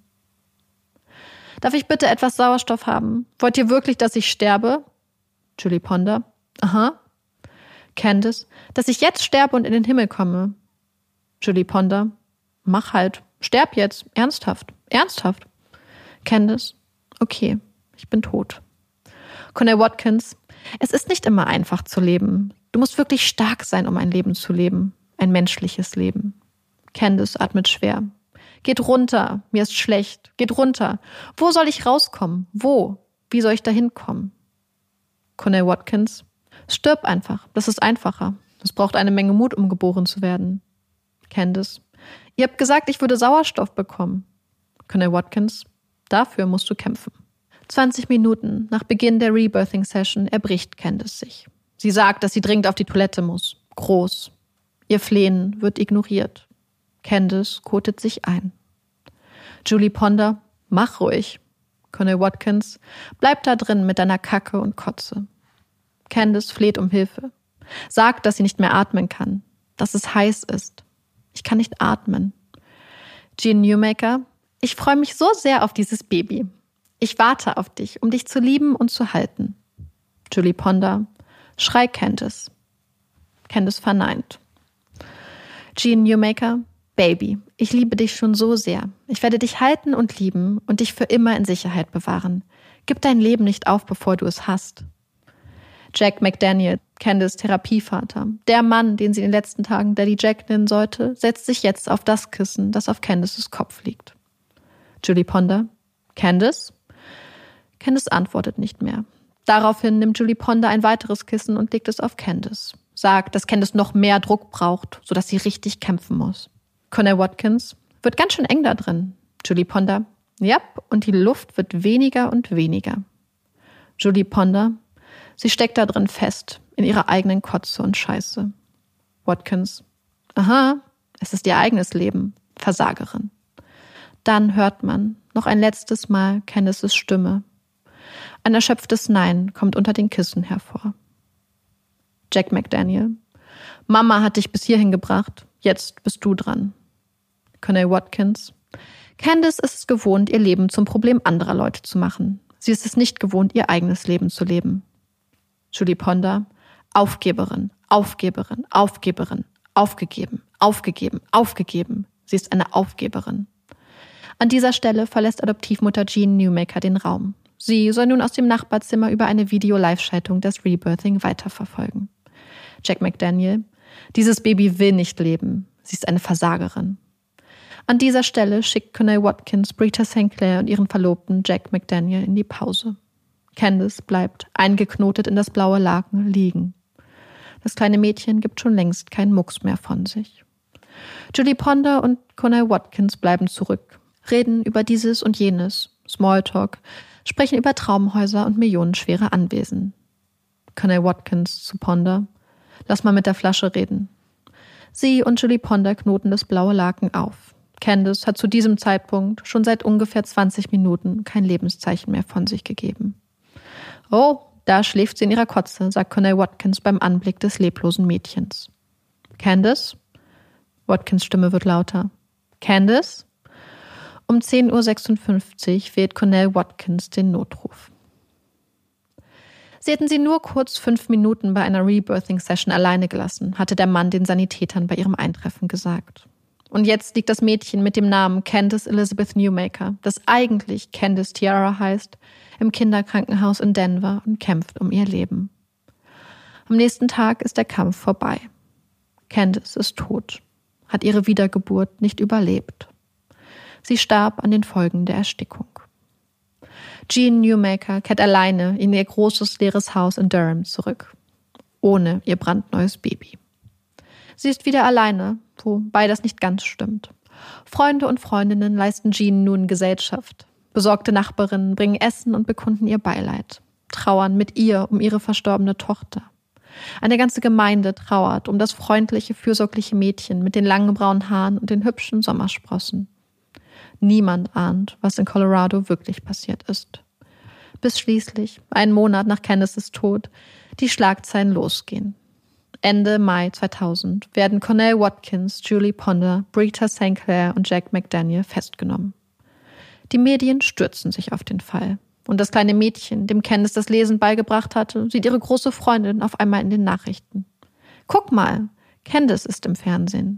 Darf ich bitte etwas Sauerstoff haben? Wollt ihr wirklich, dass ich sterbe? Julie Ponder. Aha. Candace, dass ich jetzt sterbe und in den Himmel komme. Julie Ponder. Mach halt. Sterb jetzt. Ernsthaft. Ernsthaft. Candace. Okay, ich bin tot. Cornell Watkins. Es ist nicht immer einfach zu leben. Du musst wirklich stark sein, um ein Leben zu leben. Ein menschliches Leben. Candace atmet schwer. Geht runter. Mir ist schlecht. Geht runter. Wo soll ich rauskommen? Wo? Wie soll ich da hinkommen? Cornell Watkins. Stirb einfach. Das ist einfacher. Es braucht eine Menge Mut, um geboren zu werden. Candace. Ihr habt gesagt, ich würde Sauerstoff bekommen. Cornell Watkins. Dafür musst du kämpfen. 20 Minuten nach Beginn der Rebirthing-Session erbricht Candace sich. Sie sagt, dass sie dringend auf die Toilette muss. Groß. Ihr Flehen wird ignoriert. Candace kotet sich ein. Julie Ponder, mach ruhig. Cornell Watkins, bleib da drin mit deiner Kacke und Kotze. Candace fleht um Hilfe. Sagt, dass sie nicht mehr atmen kann. Dass es heiß ist. Ich kann nicht atmen. Jean Newmaker, ich freue mich so sehr auf dieses Baby. Ich warte auf dich, um dich zu lieben und zu halten. Julie Ponder, schrei Candace. Candace verneint. Jean Newmaker, Baby, ich liebe dich schon so sehr. Ich werde dich halten und lieben und dich für immer in Sicherheit bewahren. Gib dein Leben nicht auf, bevor du es hast. Jack McDaniel, Candace Therapievater, der Mann, den sie in den letzten Tagen Daddy Jack nennen sollte, setzt sich jetzt auf das Kissen, das auf Candaces Kopf liegt. Julie Ponder, Candace? Candace antwortet nicht mehr. Daraufhin nimmt Julie Ponder ein weiteres Kissen und legt es auf Candace. Sagt, dass Candace noch mehr Druck braucht, sodass sie richtig kämpfen muss. Cornell Watkins, wird ganz schön eng da drin. Julie Ponder, ja, und die Luft wird weniger und weniger. Julie Ponder, sie steckt da drin fest, in ihrer eigenen Kotze und Scheiße. Watkins, aha, es ist ihr eigenes Leben, Versagerin. Dann hört man noch ein letztes Mal Candaces Stimme. Ein erschöpftes Nein kommt unter den Kissen hervor. Jack McDaniel, Mama hat dich bis hierhin gebracht, jetzt bist du dran. Cornell Watkins, Candace ist es gewohnt, ihr Leben zum Problem anderer Leute zu machen. Sie ist es nicht gewohnt, ihr eigenes Leben zu leben. Julie Ponder, Aufgeberin, Aufgeberin, Aufgeberin, aufgegeben, aufgegeben, aufgegeben. Sie ist eine Aufgeberin. An dieser Stelle verlässt Adoptivmutter Jean Newmaker den Raum. Sie soll nun aus dem Nachbarzimmer über eine Video-Live-Schaltung das Rebirthing weiterverfolgen. Jack McDaniel, dieses Baby will nicht leben. Sie ist eine Versagerin. An dieser Stelle schickt Cornell Watkins Brita St. Clair und ihren Verlobten Jack McDaniel in die Pause. Candace bleibt eingeknotet in das blaue Laken liegen. Das kleine Mädchen gibt schon längst keinen Mucks mehr von sich. Julie Ponder und Cornell Watkins bleiben zurück, reden über dieses und jenes, Smalltalk, sprechen über Traumhäuser und millionenschwere Anwesen. Cornell Watkins zu Ponder, lass mal mit der Flasche reden. Sie und Julie Ponder knoten das blaue Laken auf. Candace hat zu diesem Zeitpunkt schon seit ungefähr 20 Minuten kein Lebenszeichen mehr von sich gegeben. Oh, da schläft sie in ihrer Kotze, sagt Cornell Watkins beim Anblick des leblosen Mädchens. Candace? Watkins Stimme wird lauter. Candace? Um 10:56 Uhr wählt Cornell Watkins den Notruf. Sie hätten sie nur kurz 5 Minuten bei einer Rebirthing-Session alleine gelassen, hatte der Mann den Sanitätern bei ihrem Eintreffen gesagt. Und jetzt liegt das Mädchen mit dem Namen Candace Elizabeth Newmaker, das eigentlich Candace Tiara heißt, im Kinderkrankenhaus in Denver und kämpft um ihr Leben. Am nächsten Tag ist der Kampf vorbei. Candace ist tot, hat ihre Wiedergeburt nicht überlebt. Sie starb an den Folgen der Erstickung. Jean Newmaker kehrt alleine in ihr großes, leeres Haus in Durham zurück. Ohne ihr brandneues Baby. Sie ist wieder alleine, wobei das nicht ganz stimmt. Freunde und Freundinnen leisten Jean nun Gesellschaft. Besorgte Nachbarinnen bringen Essen und bekunden ihr Beileid. Trauern mit ihr um ihre verstorbene Tochter. Eine ganze Gemeinde trauert um das freundliche, fürsorgliche Mädchen mit den langen braunen Haaren und den hübschen Sommersprossen. Niemand ahnt, was in Colorado wirklich passiert ist. Bis schließlich, einen Monat nach Candaces Tod, die Schlagzeilen losgehen. Ende Mai 2000 werden Cornell Watkins, Julie Ponder, Breeta St. Clair und Jack McDaniel festgenommen. Die Medien stürzen sich auf den Fall. Und das kleine Mädchen, dem Candace das Lesen beigebracht hatte, sieht ihre große Freundin auf einmal in den Nachrichten. Guck mal, Candace ist im Fernsehen.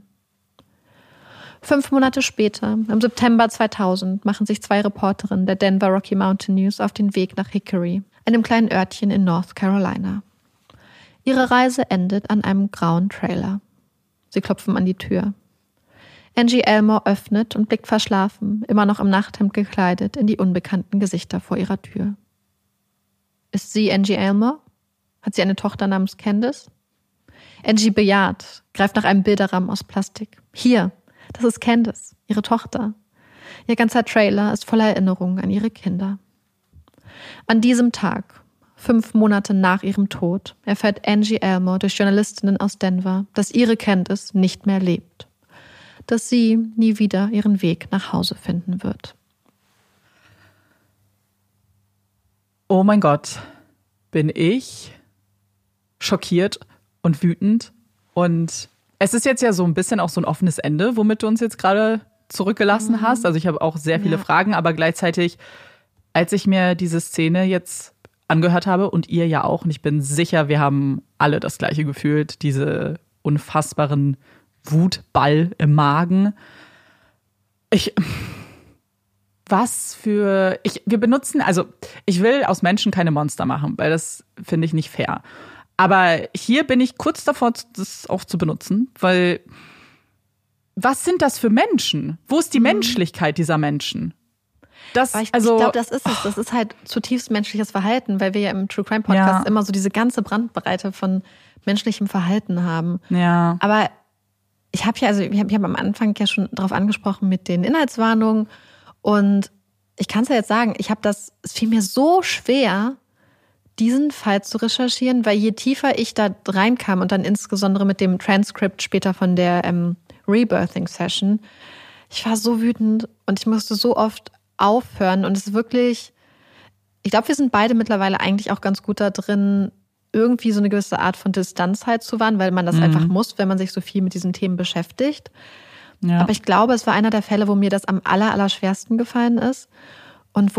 5 Monate später, im September 2000, machen sich 2 Reporterinnen der Denver Rocky Mountain News auf den Weg nach Hickory, einem kleinen Örtchen in North Carolina. Ihre Reise endet an einem grauen Trailer. Sie klopfen an die Tür. Angie Elmore öffnet und blickt verschlafen, immer noch im Nachthemd gekleidet, in die unbekannten Gesichter vor ihrer Tür. Ist sie Angie Elmore? Hat sie eine Tochter namens Candace? Angie bejaht, greift nach einem Bilderrahmen aus Plastik. Hier, das ist Candace, ihre Tochter. Ihr ganzer Trailer ist voller Erinnerungen an ihre Kinder. An diesem Tag, 5 Monate nach ihrem Tod, erfährt Angie Elmore durch Journalistinnen aus Denver, dass ihre Candace nicht mehr lebt. Dass sie nie wieder ihren Weg nach Hause finden wird. Oh mein Gott, bin ich schockiert und wütend. Und es ist jetzt ja so ein bisschen auch so ein offenes Ende, womit du uns jetzt gerade zurückgelassen hast. Also ich habe auch sehr viele Fragen, aber gleichzeitig, als ich mir diese Szene jetzt angehört habe und ihr ja auch, und ich bin sicher, wir haben alle das Gleiche gefühlt, diese unfassbaren Wutball im Magen. Wir benutzen, also ich will aus Menschen keine Monster machen, weil das finde ich nicht fair. Aber hier bin ich kurz davor, das auch zu benutzen, weil was sind das für Menschen? Wo ist die Menschlichkeit dieser Menschen? Ich glaube, das ist es. Das ist halt zutiefst menschliches Verhalten, weil wir ja im True Crime Podcast immer so diese ganze Bandbreite von menschlichem Verhalten haben. Ja. Aber ich habe am Anfang ja schon drauf angesprochen mit den Inhaltswarnungen und ich kann es ja jetzt sagen, es fiel mir so schwer, diesen Fall zu recherchieren, weil je tiefer ich da reinkam und dann insbesondere mit dem Transkript später von der Rebirthing Session, ich war so wütend und ich musste so oft aufhören und es ist wirklich, ich glaube, wir sind beide mittlerweile eigentlich auch ganz gut da drin, irgendwie so eine gewisse Art von Distanz halt zu wahren, weil man das einfach muss, wenn man sich so viel mit diesen Themen beschäftigt. Ja. Aber ich glaube, es war einer der Fälle, wo mir das am allerschwersten gefallen ist und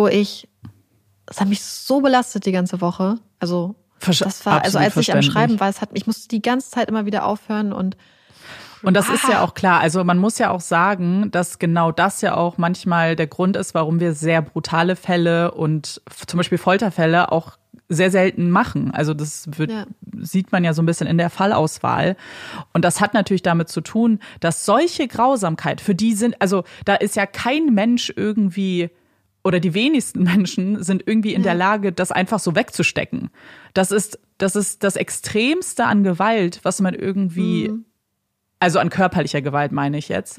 es hat mich so belastet die ganze Woche. Also das war, also als ich am Schreiben war, ich musste die ganze Zeit immer wieder aufhören und das ist ja auch klar. Also man muss ja auch sagen, dass genau das ja auch manchmal der Grund ist, warum wir sehr brutale Fälle und zum Beispiel Folterfälle auch sehr selten machen. Also das sieht man ja so ein bisschen in der Fallauswahl. Und das hat natürlich damit zu tun, dass solche Grausamkeit, für die also da ist ja kein Mensch irgendwie, oder die wenigsten Menschen sind irgendwie in der Lage, das einfach so wegzustecken. Das ist das Extremste an Gewalt, was man irgendwie, also an körperlicher Gewalt meine ich jetzt,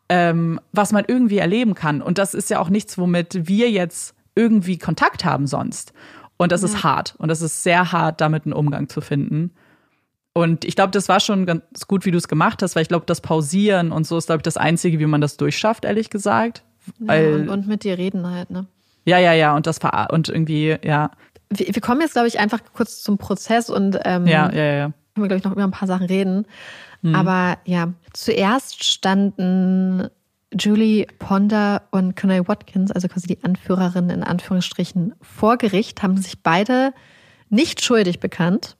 was man irgendwie erleben kann. Und das ist ja auch nichts, womit wir jetzt irgendwie Kontakt haben sonst. Und das ist hart. Und das ist sehr hart, damit einen Umgang zu finden. Und ich glaube, das war schon ganz gut, wie du es gemacht hast, weil ich glaube, das Pausieren und so ist, glaube ich, das Einzige, wie man das durchschafft, ehrlich gesagt. Und mit dir reden halt, ne? Ja. Und irgendwie, ja. Wir kommen jetzt, glaube ich, einfach kurz zum Prozess und können wir, glaube ich, noch über ein paar Sachen reden. Aber ja, zuerst standen Julie Ponder und Cornell Watkins, also quasi die Anführerinnen in Anführungsstrichen, vor Gericht, haben sich beide nicht schuldig bekannt,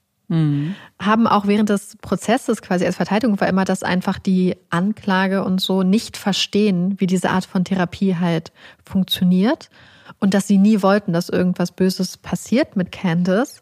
haben auch während des Prozesses quasi als Verteidigung war immer, dass einfach die Anklage und so nicht verstehen, wie diese Art von Therapie halt funktioniert und dass sie nie wollten, dass irgendwas Böses passiert mit Candace.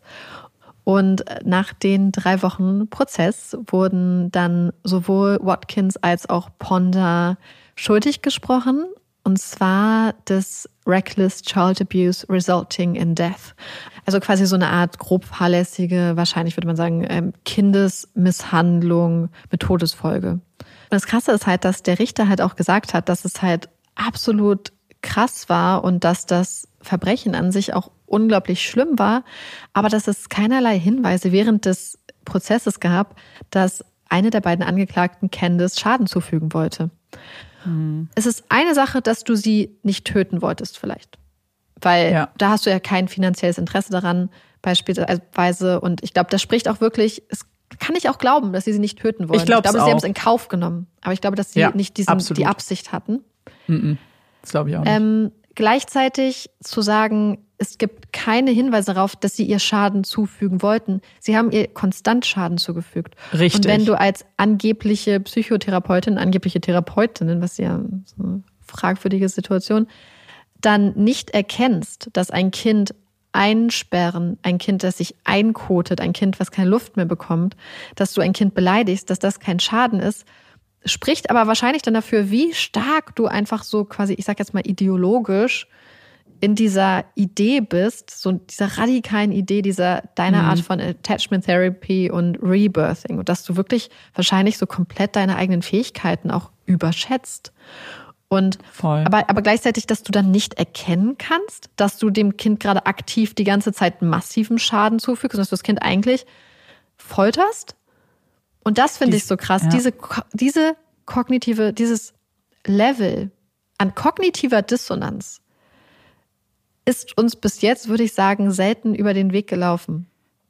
Und nach den 3 Wochen Prozess wurden dann sowohl Watkins als auch Ponder schuldig gesprochen. Und zwar das Reckless Child Abuse Resulting in Death. Also quasi so eine Art grob fahrlässige, wahrscheinlich würde man sagen, Kindesmisshandlung mit Todesfolge. Und das Krasse ist halt, dass der Richter halt auch gesagt hat, dass es halt absolut krass war und dass das Verbrechen an sich auch unglaublich schlimm war, aber dass es keinerlei Hinweise während des Prozesses gab, dass eine der beiden Angeklagten Candace Schaden zufügen wollte. Es ist eine Sache, dass du sie nicht töten wolltest vielleicht, weil da hast du ja kein finanzielles Interesse daran beispielsweise und ich glaube, das spricht auch wirklich, es kann ich auch glauben, dass sie nicht töten wollen. Ich glaube, sie haben es in Kauf genommen, aber ich glaube, dass sie nicht die Absicht hatten. Das glaube ich auch nicht. Gleichzeitig zu sagen, es gibt keine Hinweise darauf, dass sie ihr Schaden zufügen wollten. Sie haben ihr konstant Schaden zugefügt. Richtig. Und wenn du als angebliche Psychotherapeutin, angebliche Therapeutinnen, was ja so eine fragwürdige Situation, dann nicht erkennst, dass ein Kind einsperren, ein Kind, das sich einkotet, ein Kind, was keine Luft mehr bekommt, dass du ein Kind beleidigst, dass das kein Schaden ist, spricht aber wahrscheinlich dann dafür, wie stark du einfach so quasi, ich sag jetzt mal ideologisch, in dieser Idee bist, so dieser radikalen Idee deiner Art von Attachment Therapy und Rebirthing und dass du wirklich wahrscheinlich so komplett deine eigenen Fähigkeiten auch überschätzt. Und aber gleichzeitig, dass du dann nicht erkennen kannst, dass du dem Kind gerade aktiv die ganze Zeit massiven Schaden zufügst, dass du das Kind eigentlich folterst. Und das finde ich so krass. Ja. Dieses Level an kognitiver Dissonanz ist uns bis jetzt, würde ich sagen, selten über den Weg gelaufen.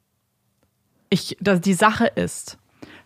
Die Sache ist,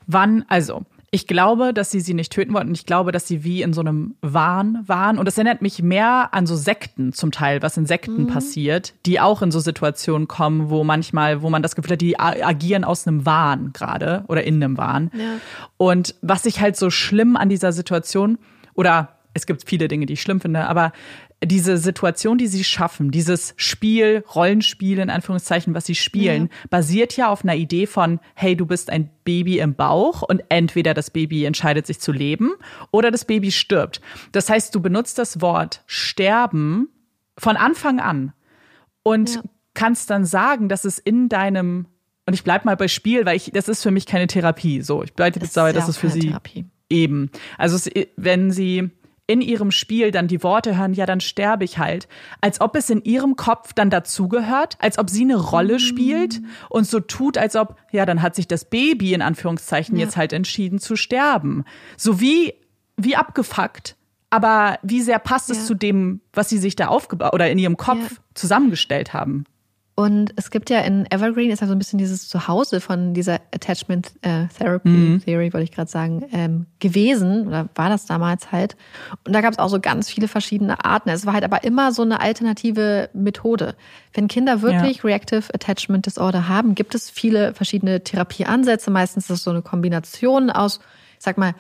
ich glaube, dass sie nicht töten wollten. Ich glaube, dass sie wie in so einem Wahn waren. Und das erinnert mich mehr an so Sekten zum Teil, was in Sekten passiert, die auch in so Situationen kommen, wo man das Gefühl hat, die agieren aus einem Wahn gerade oder in einem Wahn. Ja. Und was ich halt so schlimm an dieser Situation, oder es gibt viele Dinge, die ich schlimm finde, aber diese Situation, die sie schaffen, dieses Spiel, Rollenspiel in Anführungszeichen, was sie spielen, basiert ja auf einer Idee von, hey, du bist ein Baby im Bauch und entweder das Baby entscheidet sich zu leben oder das Baby stirbt. Das heißt, du benutzt das Wort sterben von Anfang an und kannst dann sagen, dass es in deinem, und ich bleib mal bei Spiel, weil das ist für mich keine Therapie. So, ich bleibe jetzt dabei, das ist für sie Therapie. Eben. Also wenn sie in ihrem Spiel dann die Worte hören, ja, dann sterbe ich halt. Als ob es in ihrem Kopf dann dazugehört, als ob sie eine Rolle spielt und so tut, als ob, ja, dann hat sich das Baby in Anführungszeichen jetzt halt entschieden zu sterben. So wie abgefuckt, aber wie sehr passt es zu dem, was sie sich da aufgebaut oder in ihrem Kopf zusammengestellt haben. Und es gibt ja in Evergreen ist ja so ein bisschen dieses Zuhause von dieser Attachment Therapy Theory, wollte ich gerade sagen, gewesen, oder war das damals halt. Und da gab es auch so ganz viele verschiedene Arten. Es war halt aber immer so eine alternative Methode. Wenn Kinder wirklich Reactive Attachment Disorder haben, gibt es viele verschiedene Therapieansätze. Meistens ist es so eine Kombination aus, ich sag mal,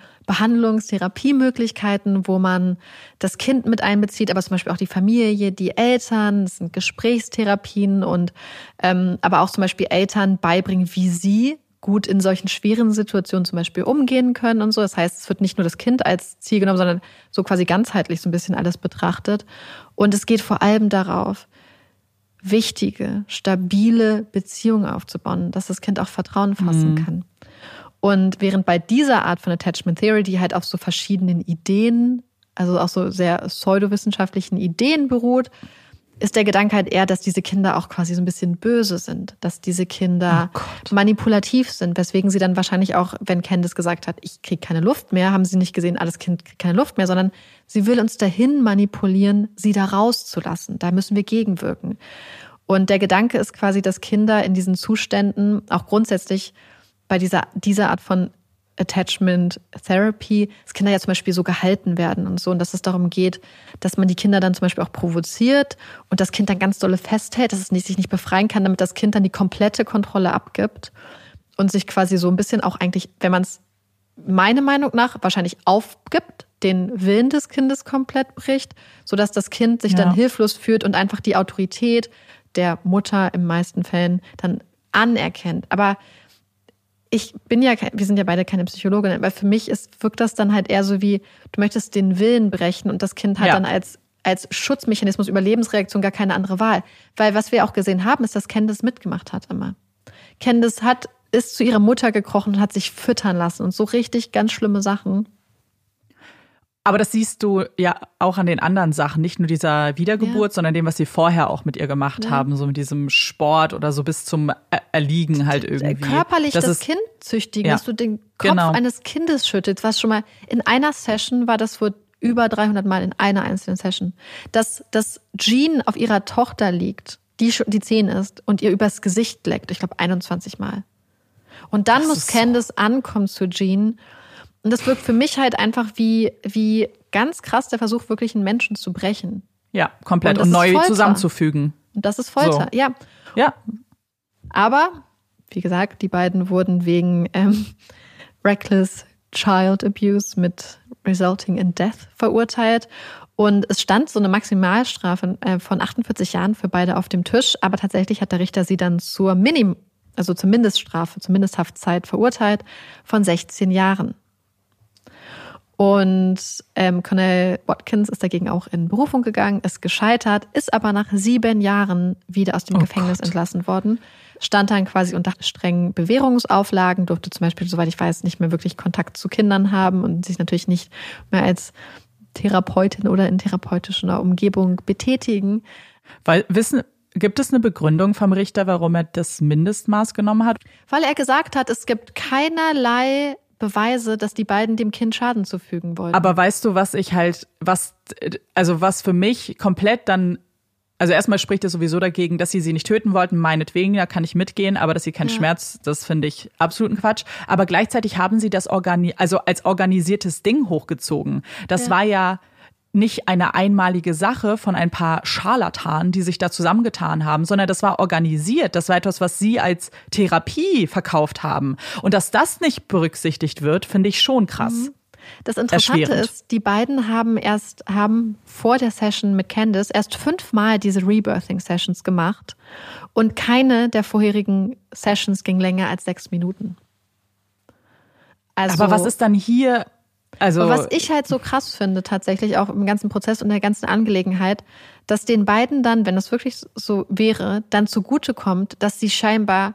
Behandlungs-Therapiemöglichkeiten, wo man das Kind mit einbezieht, aber zum Beispiel auch die Familie, die Eltern, das sind Gesprächstherapien und aber auch zum Beispiel Eltern beibringen, wie sie gut in solchen schweren Situationen zum Beispiel umgehen können und so. Das heißt, es wird nicht nur das Kind als Ziel genommen, sondern so quasi ganzheitlich so ein bisschen alles betrachtet. Und es geht vor allem darauf, wichtige, stabile Beziehungen aufzubauen, dass das Kind auch Vertrauen fassen kann. Und während bei dieser Art von Attachment Theory, die halt auf so verschiedenen Ideen, also auch so sehr pseudowissenschaftlichen Ideen beruht, ist der Gedanke halt eher, dass diese Kinder auch quasi so ein bisschen böse sind, dass diese Kinder manipulativ sind, weswegen sie dann wahrscheinlich auch, wenn Candace gesagt hat, ich kriege keine Luft mehr, haben sie nicht gesehen, das Kind kriegt keine Luft mehr, sondern sie will uns dahin manipulieren, sie da rauszulassen. Da müssen wir gegenwirken. Und der Gedanke ist quasi, dass Kinder in diesen Zuständen auch grundsätzlich bei dieser Art von Attachment Therapy, dass Kinder ja zum Beispiel so gehalten werden und so, und dass es darum geht, dass man die Kinder dann zum Beispiel auch provoziert und das Kind dann ganz dolle festhält, dass es sich nicht befreien kann, damit das Kind dann die komplette Kontrolle abgibt und sich quasi so ein bisschen auch eigentlich, wenn man es meiner Meinung nach wahrscheinlich aufgibt, den Willen des Kindes komplett bricht, sodass das Kind sich dann hilflos fühlt und einfach die Autorität der Mutter in meisten Fällen dann anerkennt. Aber wir sind ja beide keine Psychologin, aber für mich wirkt das dann halt eher so wie, du möchtest den Willen brechen und das Kind hat dann als Schutzmechanismus, Überlebensreaktion gar keine andere Wahl. Weil was wir auch gesehen haben, ist, dass Candace mitgemacht hat immer. Candace ist zu ihrer Mutter gekrochen und hat sich füttern lassen und so richtig ganz schlimme Sachen. Aber das siehst du ja auch an den anderen Sachen, nicht nur dieser Wiedergeburt, sondern dem, was sie vorher auch mit ihr gemacht haben, so mit diesem Sport oder so bis zum Erliegen halt irgendwie. Körperlich das Kind züchtigen, dass du den Kopf eines Kindes schüttelst, was schon mal in einer Session war, das wohl über 300 Mal in einer einzelnen Session, dass Jean auf ihrer Tochter liegt, die 10 ist und ihr übers Gesicht leckt, ich glaube 21 Mal. Und dann muss Candace ankommen zu Jean. Und das wirkt für mich halt einfach wie ganz krass der Versuch, wirklich einen Menschen zu brechen. Ja, komplett. Und neu zusammenzufügen. Und das ist Folter, so. Ja. Aber, wie gesagt, die beiden wurden wegen reckless child abuse mit resulting in death verurteilt. Und es stand so eine Maximalstrafe von 48 Jahren für beide auf dem Tisch. Aber tatsächlich hat der Richter sie dann zur Mindeststrafe, zur Mindesthaftzeit verurteilt von 16 Jahren. Und Cornell Watkins ist dagegen auch in Berufung gegangen, ist gescheitert, ist aber nach 7 Jahren wieder aus dem Gefängnis entlassen worden, stand dann quasi unter strengen Bewährungsauflagen, durfte zum Beispiel, soweit ich weiß, nicht mehr wirklich Kontakt zu Kindern haben und sich natürlich nicht mehr als Therapeutin oder in therapeutischer Umgebung betätigen. Gibt es eine Begründung vom Richter, warum er das Mindestmaß genommen hat? Weil er gesagt hat, es gibt keinerlei Beweise, dass die beiden dem Kind Schaden zufügen wollten. Aber weißt du, was für mich komplett dann, also erstmal spricht es sowieso dagegen, dass sie nicht töten wollten, meinetwegen, da kann ich mitgehen, aber dass sie keinen Schmerz, das finde ich absoluten Quatsch. Aber gleichzeitig haben sie das als organisiertes Ding hochgezogen. Das war ja nicht eine einmalige Sache von ein paar Scharlatanen, die sich da zusammengetan haben, sondern das war organisiert. Das war etwas, was sie als Therapie verkauft haben. Und dass das nicht berücksichtigt wird, finde ich schon krass. Das Interessante ist, die beiden haben vor der Session mit Candace erst 5 Mal diese Rebirthing-Sessions gemacht. Und keine der vorherigen Sessions ging länger als 6 Minuten. Also, aber was ist dann hier... Aber was ich halt so krass finde, tatsächlich auch im ganzen Prozess und der ganzen Angelegenheit, dass den beiden dann, wenn das wirklich so wäre, dann zugutekommt, dass sie scheinbar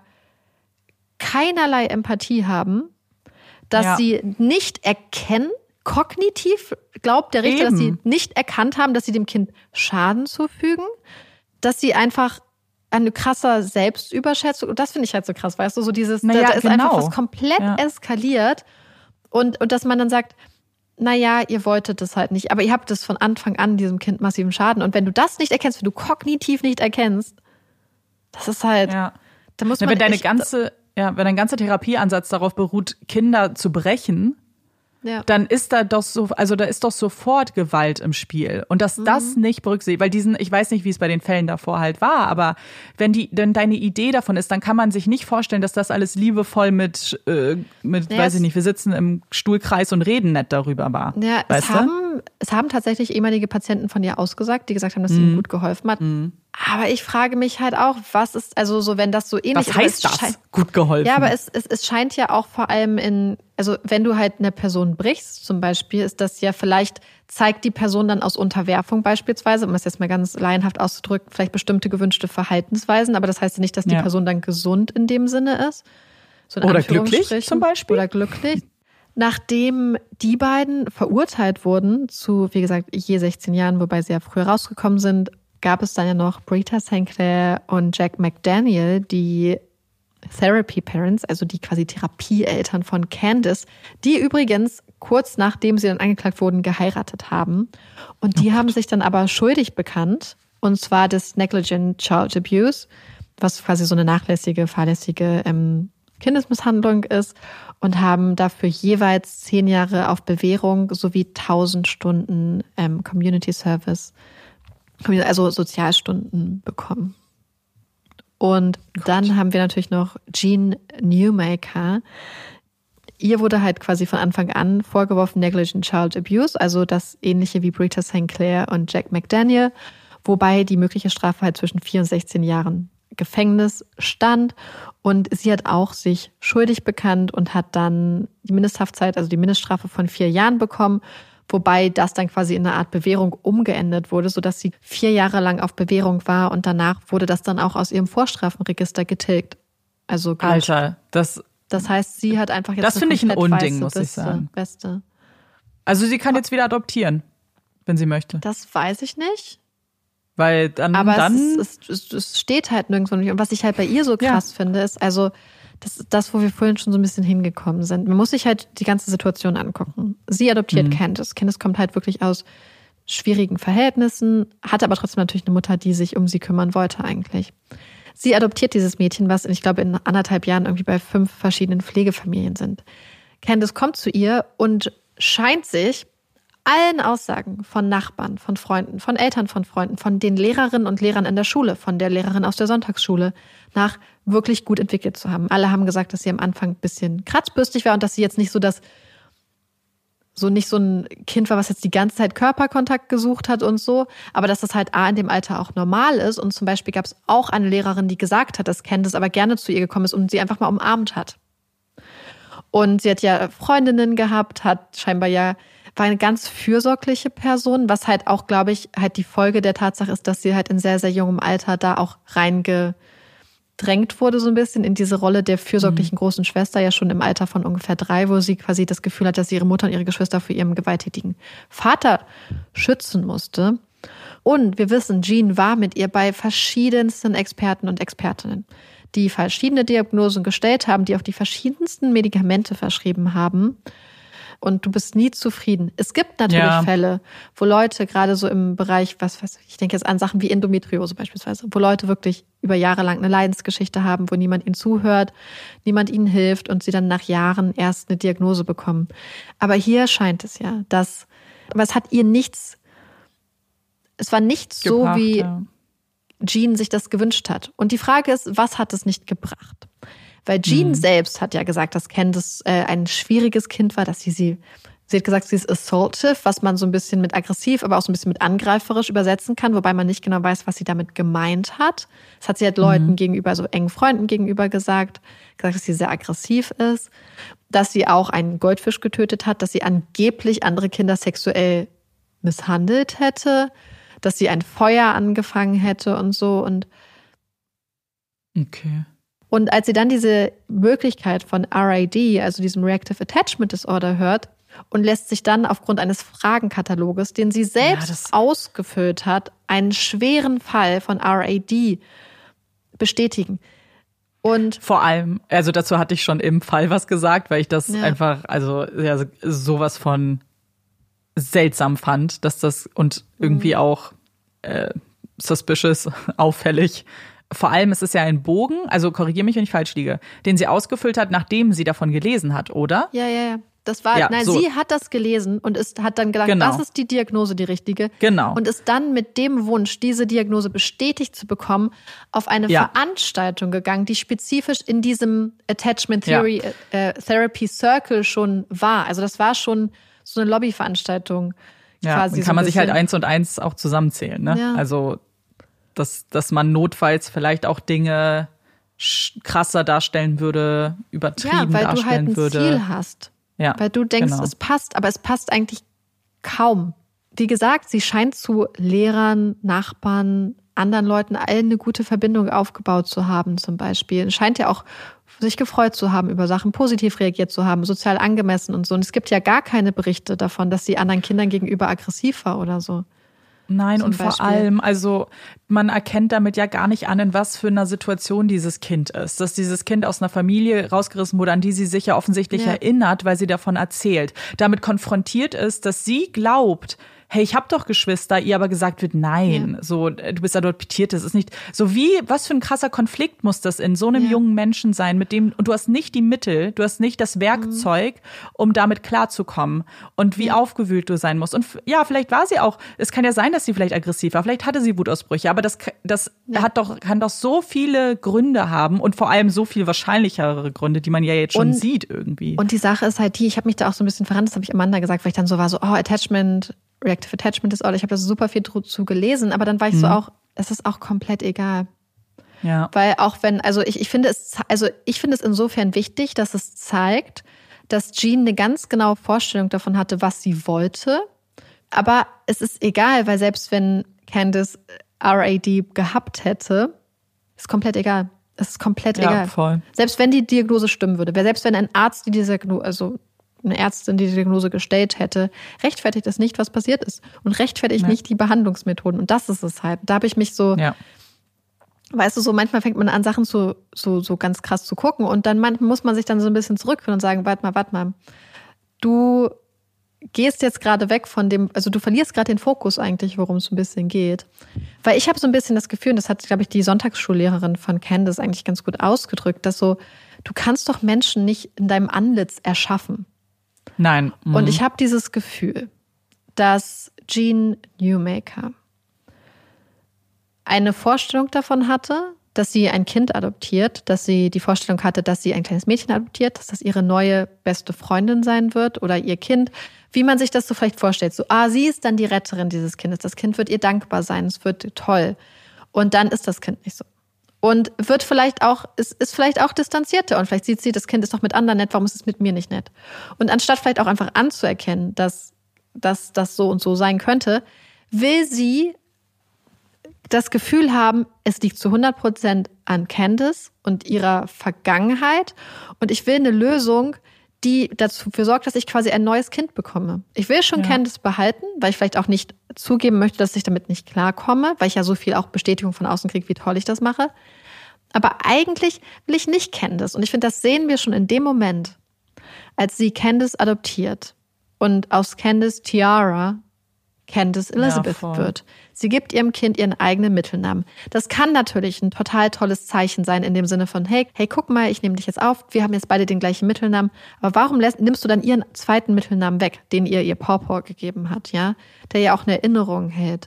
keinerlei Empathie haben, dass sie nicht erkennen, kognitiv glaubt der Richter, dass sie nicht erkannt haben, dass sie dem Kind Schaden zufügen, dass sie einfach eine krasser Selbstüberschätzung, und das finde ich halt so krass, weißt du, so dieses, da ist einfach was komplett eskaliert. Und dass man dann sagt, naja, ihr wolltet das halt nicht, aber ihr habt das von Anfang an diesem Kind massiven Schaden. Und wenn du das nicht erkennst, wenn du kognitiv nicht erkennst, das ist halt, da muss man wenn dein ganzer Therapieansatz darauf beruht, Kinder zu brechen, dann ist da doch sofort Gewalt im Spiel. Und dass das nicht berücksichtigt, weil ich weiß nicht, wie es bei den Fällen davor halt war, aber wenn deine Idee davon ist, dann kann man sich nicht vorstellen, dass das alles liebevoll mit weiß ich nicht, wir sitzen im Stuhlkreis und reden nett darüber war. Ja, es haben tatsächlich ehemalige Patienten von ihr ausgesagt, die gesagt haben, dass sie ihnen gut geholfen hat. Aber ich frage mich halt auch, was ist, also so, wenn das so ähnlich ist. Was heißt das? Gut geholfen? Ja, aber es scheint ja auch vor allem also wenn du halt eine Person brichst zum Beispiel, ist das ja vielleicht, zeigt die Person dann aus Unterwerfung beispielsweise, um es jetzt mal ganz laienhaft auszudrücken, vielleicht bestimmte gewünschte Verhaltensweisen, aber das heißt ja nicht, dass die Person dann gesund in dem Sinne ist. So oder glücklich zum Beispiel. Oder glücklich. Nachdem die beiden verurteilt wurden zu, wie gesagt, je 16 Jahren, wobei sie ja früher rausgekommen sind, gab es dann ja noch Britta St. Clair und Jack McDaniel, die Therapy Parents, also die quasi Therapieeltern von Candace, die übrigens kurz nachdem sie dann angeklagt wurden, geheiratet haben. Und die haben sich dann aber schuldig bekannt, und zwar des Negligent Child Abuse, was quasi so eine nachlässige, fahrlässige Kindesmisshandlung ist, und haben dafür jeweils 10 Jahre auf Bewährung sowie 1000 Stunden Community Service, also Sozialstunden bekommen. Und dann haben wir natürlich noch Jean Newmaker. Ihr wurde halt quasi von Anfang an vorgeworfen Negligent Child Abuse, also das ähnliche wie Britta St. Clair und Jack McDaniel, wobei die mögliche Strafe halt zwischen 4 und 16 Jahren Gefängnis stand. Und sie hat auch sich schuldig bekannt und hat dann die Mindesthaftzeit, also die Mindeststrafe von 4 Jahren bekommen, wobei das dann quasi in eine Art Bewährung umgeändert wurde, sodass sie 4 Jahre lang auf Bewährung war und danach wurde das dann auch aus ihrem Vorstrafenregister getilgt. Also Alter, das heißt, sie hat einfach jetzt das finde ich ein Unding, muss ich sagen. Beste. Also sie kann jetzt wieder adoptieren, wenn sie möchte. Das weiß ich nicht. Weil dann. Aber es steht halt nirgendwo nicht. Und was ich halt bei ihr so krass finde, ist, also das, wo wir vorhin schon so ein bisschen hingekommen sind. Man muss sich halt die ganze Situation angucken. Sie adoptiert Candace. Candace kommt halt wirklich aus schwierigen Verhältnissen, hat aber trotzdem natürlich eine Mutter, die sich um sie kümmern wollte eigentlich. Sie adoptiert dieses Mädchen, was ich glaube in 1,5 Jahren irgendwie bei 5 verschiedenen Pflegefamilien sind. Candace kommt zu ihr und scheint sich allen Aussagen von Nachbarn, von Freunden, von Eltern von Freunden, von den Lehrerinnen und Lehrern in der Schule, von der Lehrerin aus der Sonntagsschule nach wirklich gut entwickelt zu haben. Alle haben gesagt, dass sie am Anfang ein bisschen kratzbürstig war und dass sie jetzt nicht so ein Kind war, was jetzt die ganze Zeit Körperkontakt gesucht hat und so, aber dass das halt in dem Alter auch normal ist. Und zum Beispiel gab es auch eine Lehrerin, die gesagt hat, dass Candace aber gerne zu ihr gekommen ist und sie einfach mal umarmt hat. Und sie hat ja Freundinnen gehabt, war eine ganz fürsorgliche Person, was halt auch, glaube ich, halt die Folge der Tatsache ist, dass sie halt in sehr, sehr jungem Alter da auch reingedrängt wurde so ein bisschen in diese Rolle der fürsorglichen großen Schwester, ja schon im Alter von ungefähr 3, wo sie quasi das Gefühl hat, dass sie ihre Mutter und ihre Geschwister vor ihrem gewalttätigen Vater schützen musste. Und wir wissen, Jean war mit ihr bei verschiedensten Experten und Expertinnen, die verschiedene Diagnosen gestellt haben, die auch die verschiedensten Medikamente verschrieben haben. Und du bist nie zufrieden. Es gibt natürlich Fälle, wo Leute gerade so im Bereich, ich denke jetzt an Sachen wie Endometriose beispielsweise, wo Leute wirklich über Jahre lang eine Leidensgeschichte haben, wo niemand ihnen zuhört, niemand ihnen hilft und sie dann nach Jahren erst eine Diagnose bekommen. Aber hier scheint es ja, aber es hat ihr es war nicht so, wie Jean sich das gewünscht hat. Und die Frage ist, was hat es nicht gebracht? Weil Jean selbst hat ja gesagt, dass Candace ein schwieriges Kind war, dass sie hat gesagt, sie ist assaultive, was man so ein bisschen mit aggressiv, aber auch so ein bisschen mit angreiferisch übersetzen kann, wobei man nicht genau weiß, was sie damit gemeint hat. Das hat sie halt Leuten gegenüber, so engen Freunden gegenüber gesagt, dass sie sehr aggressiv ist, dass sie auch einen Goldfisch getötet hat, dass sie angeblich andere Kinder sexuell misshandelt hätte, dass sie ein Feuer angefangen hätte und so. Und als sie dann diese Möglichkeit von RAD, also diesem Reactive Attachment Disorder, hört und lässt sich dann aufgrund eines Fragenkataloges, den sie selbst ausgefüllt hat, einen schweren Fall von RAD bestätigen. Und vor allem, also dazu hatte ich schon im Fall was gesagt, weil ich das einfach, sowas von seltsam fand, dass das und irgendwie auch suspicious, auffällig. Vor allem, es ist ja ein Bogen, also korrigiere mich, wenn ich falsch liege, den sie ausgefüllt hat, nachdem sie davon gelesen hat, oder? Ja. Das war, sie hat das gelesen und hat dann gedacht, das ist die Diagnose, die richtige. Genau. Und ist dann mit dem Wunsch, diese Diagnose bestätigt zu bekommen, auf eine Veranstaltung gegangen, die spezifisch in diesem Attachment Theory Therapy Circle schon war. Also das war schon so eine Lobbyveranstaltung. Quasi kann man sich halt 1 und 1 auch zusammenzählen, ne? Ja. Also dass man notfalls vielleicht auch Dinge krasser darstellen würde, übertrieben darstellen würde. Ja, weil du halt ein Ziel hast. Ja, weil du denkst, es passt, aber es passt eigentlich kaum. Wie gesagt, sie scheint zu Lehrern, Nachbarn, anderen Leuten allen eine gute Verbindung aufgebaut zu haben zum Beispiel. Scheint ja auch sich gefreut zu haben über Sachen, positiv reagiert zu haben, sozial angemessen und so. Und es gibt ja gar keine Berichte davon, dass sie anderen Kindern gegenüber aggressiv war oder so. Nein, und vor allem, also man erkennt damit ja gar nicht an, in was für einer Situation dieses Kind ist. Dass dieses Kind aus einer Familie rausgerissen wurde, an die sie sich ja offensichtlich erinnert, weil sie davon erzählt. Damit konfrontiert ist, dass sie glaubt, hey, ich habe doch Geschwister, ihr aber gesagt wird, nein, so, du bist adoptiert, das ist nicht, so was für ein krasser Konflikt muss das in so einem jungen Menschen sein, mit dem, und du hast nicht die Mittel, du hast nicht das Werkzeug, um damit klarzukommen und wie aufgewühlt du sein musst. Und vielleicht war sie auch, es kann ja sein, dass sie vielleicht aggressiv war, vielleicht hatte sie Wutausbrüche, aber das kann doch so viele Gründe haben und vor allem so viel wahrscheinlichere Gründe, die man ja jetzt schon sieht irgendwie. Und die Sache ist halt ich habe mich da auch so ein bisschen verrannt, das habe ich Amanda gesagt, weil ich dann so war, Reactive Attachment Disorder, ich habe da super viel dazu gelesen, aber dann war ich so auch, es ist auch komplett egal. Ja. Weil auch wenn, ich finde es insofern wichtig, dass es zeigt, dass Jean eine ganz genaue Vorstellung davon hatte, was sie wollte. Aber es ist egal, weil selbst wenn Candace RAD gehabt hätte, ist komplett egal. Es ist komplett egal. Voll. Selbst wenn die Diagnose stimmen würde, selbst wenn ein Arzt eine Ärztin die Diagnose gestellt hätte, rechtfertigt es nicht, was passiert ist. Und rechtfertigt nicht die Behandlungsmethoden. Und das ist es halt. Da habe ich mich so, weißt du, so manchmal fängt man an, Sachen so ganz krass zu gucken. Und dann muss man sich dann so ein bisschen zurückführen und sagen, warte mal. Du gehst jetzt gerade weg von dem, also du verlierst gerade den Fokus eigentlich, worum es ein bisschen geht. Weil ich habe so ein bisschen das Gefühl, und das hat, glaube ich, die Sonntagsschullehrerin von Candace eigentlich ganz gut ausgedrückt, dass so, du kannst doch Menschen nicht in deinem Antlitz erschaffen. Nein. Und ich habe dieses Gefühl, dass Jean Newmaker eine Vorstellung davon hatte, dass sie ein Kind adoptiert, dass sie die Vorstellung hatte, dass sie ein kleines Mädchen adoptiert, dass das ihre neue beste Freundin sein wird oder ihr Kind, wie man sich das so vielleicht vorstellt. So, sie ist dann die Retterin dieses Kindes. Das Kind wird ihr dankbar sein, es wird toll. Und dann ist das Kind nicht so. Und wird vielleicht auch, ist vielleicht auch distanzierter und vielleicht sieht sie, das Kind ist doch mit anderen nett, warum ist es mit mir nicht nett? Und anstatt vielleicht auch einfach anzuerkennen, dass das so und so sein könnte, will sie das Gefühl haben, es liegt zu 100% an Candace und ihrer Vergangenheit und ich will eine Lösung, die dafür sorgt, dass ich quasi ein neues Kind bekomme. Ich will schon Candace behalten, weil ich vielleicht auch nicht zugeben möchte, dass ich damit nicht klarkomme, weil ich ja so viel auch Bestätigung von außen kriege, wie toll ich das mache. Aber eigentlich will ich nicht Candace. Und ich finde, das sehen wir schon in dem Moment, als sie Candace adoptiert und aus Candace Tiara Candace Elizabeth wird. Sie gibt ihrem Kind ihren eigenen Mittelnamen. Das kann natürlich ein total tolles Zeichen sein in dem Sinne von, hey, guck mal, ich nehme dich jetzt auf, wir haben jetzt beide den gleichen Mittelnamen, aber warum nimmst du dann ihren zweiten Mittelnamen weg, den ihr Pawpaw gegeben hat, ja, der ja auch eine Erinnerung hält.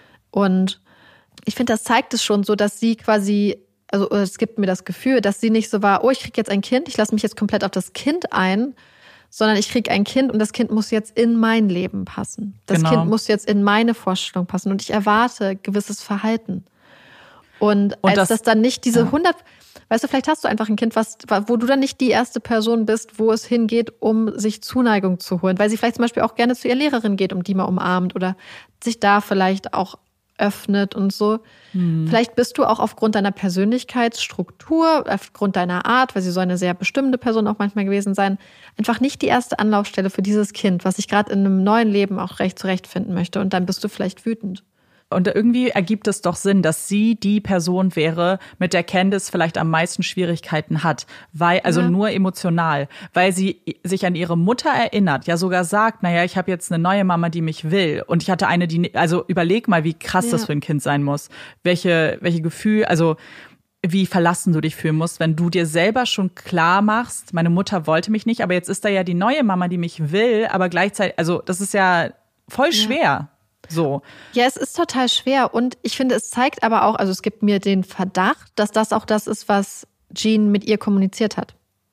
Und ich finde, das zeigt es schon so, dass sie quasi, also es gibt mir das Gefühl, dass sie nicht so war, ich kriege jetzt ein Kind, ich lasse mich jetzt komplett auf das Kind ein, sondern ich kriege ein Kind und das Kind muss jetzt in mein Leben passen. Das Kind muss jetzt in meine Vorstellung passen und ich erwarte gewisses Verhalten. Und als das dann nicht diese 100, weißt du, vielleicht hast du einfach ein Kind, wo du dann nicht die erste Person bist, wo es hingeht, um sich Zuneigung zu holen, weil sie vielleicht zum Beispiel auch gerne zu ihrer Lehrerin geht, um die mal umarmt oder sich da vielleicht auch öffnet und so. Vielleicht bist du auch aufgrund deiner Persönlichkeitsstruktur, aufgrund deiner Art, weil sie so eine sehr bestimmte Person auch manchmal gewesen sein, einfach nicht die erste Anlaufstelle für dieses Kind, was sich gerade in einem neuen Leben auch zurechtfinden möchte. Und dann bist du vielleicht wütend. Und irgendwie ergibt es doch Sinn, dass sie die Person wäre, mit der Candace vielleicht am meisten Schwierigkeiten hat, nur emotional, weil sie sich an ihre Mutter erinnert, ja sogar sagt, ich habe jetzt eine neue Mama, die mich will und ich hatte eine, also überleg mal, wie krass das für ein Kind sein muss, welche Gefühle, also wie verlassen du dich fühlen musst, wenn du dir selber schon klar machst, meine Mutter wollte mich nicht, aber jetzt ist da ja die neue Mama, die mich will, aber gleichzeitig, also das ist ja voll schwer. So. Ja, es ist total schwer und ich finde, es zeigt aber auch, also es gibt mir den Verdacht, dass das auch das ist, was Jean mit ihr kommuniziert hat.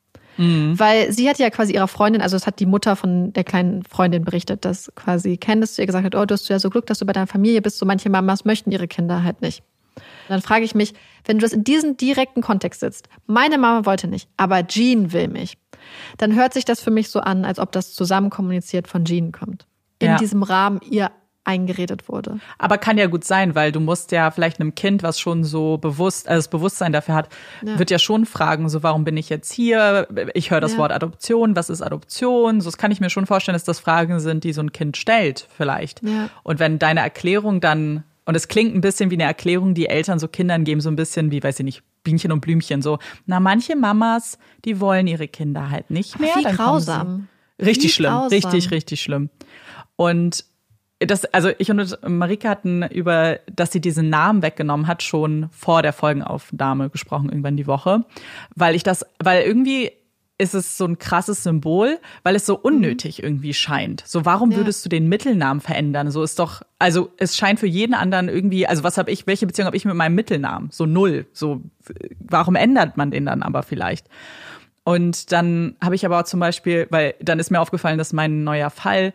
Weil sie hat ja quasi ihrer Freundin, also es hat die Mutter von der kleinen Freundin berichtet, dass quasi Candace zu ihr gesagt hat, du hast ja so Glück, dass du bei deiner Familie bist, so manche Mamas möchten ihre Kinder halt nicht. Und dann frage ich mich, wenn du das in diesem direkten Kontext sitzt, meine Mama wollte nicht, aber Jean will mich, dann hört sich das für mich so an, als ob das zusammen kommuniziert von Jean kommt. In diesem Rahmen ihr eingeredet wurde. Aber kann ja gut sein, weil du musst ja vielleicht einem Kind, was schon so das Bewusstsein dafür hat, wird ja schon fragen, so warum bin ich jetzt hier? Ich höre das Wort Adoption, was ist Adoption? So, das kann ich mir schon vorstellen, dass das Fragen sind, die so ein Kind stellt vielleicht. Ja. Und wenn deine Erklärung dann, und es klingt ein bisschen wie eine Erklärung, die Eltern so Kindern geben, so ein bisschen wie, weiß ich nicht, Bienchen und Blümchen, so, manche Mamas, die wollen ihre Kinder halt nicht mehr. Wie grausam. Richtig schlimm, richtig schlimm. Und ich und Marike hatten dass sie diesen Namen weggenommen hat, schon vor der Folgenaufnahme gesprochen, irgendwann die Woche. Weil irgendwie ist es so ein krasses Symbol, weil es so unnötig irgendwie scheint. So, warum würdest du den Mittelnamen verändern? So ist doch, also es scheint für jeden anderen irgendwie, also welche Beziehung habe ich mit meinem Mittelnamen? So 0. So, warum ändert man den dann aber vielleicht? Und dann habe ich aber auch zum Beispiel, weil dann ist mir aufgefallen, dass mein neuer Fall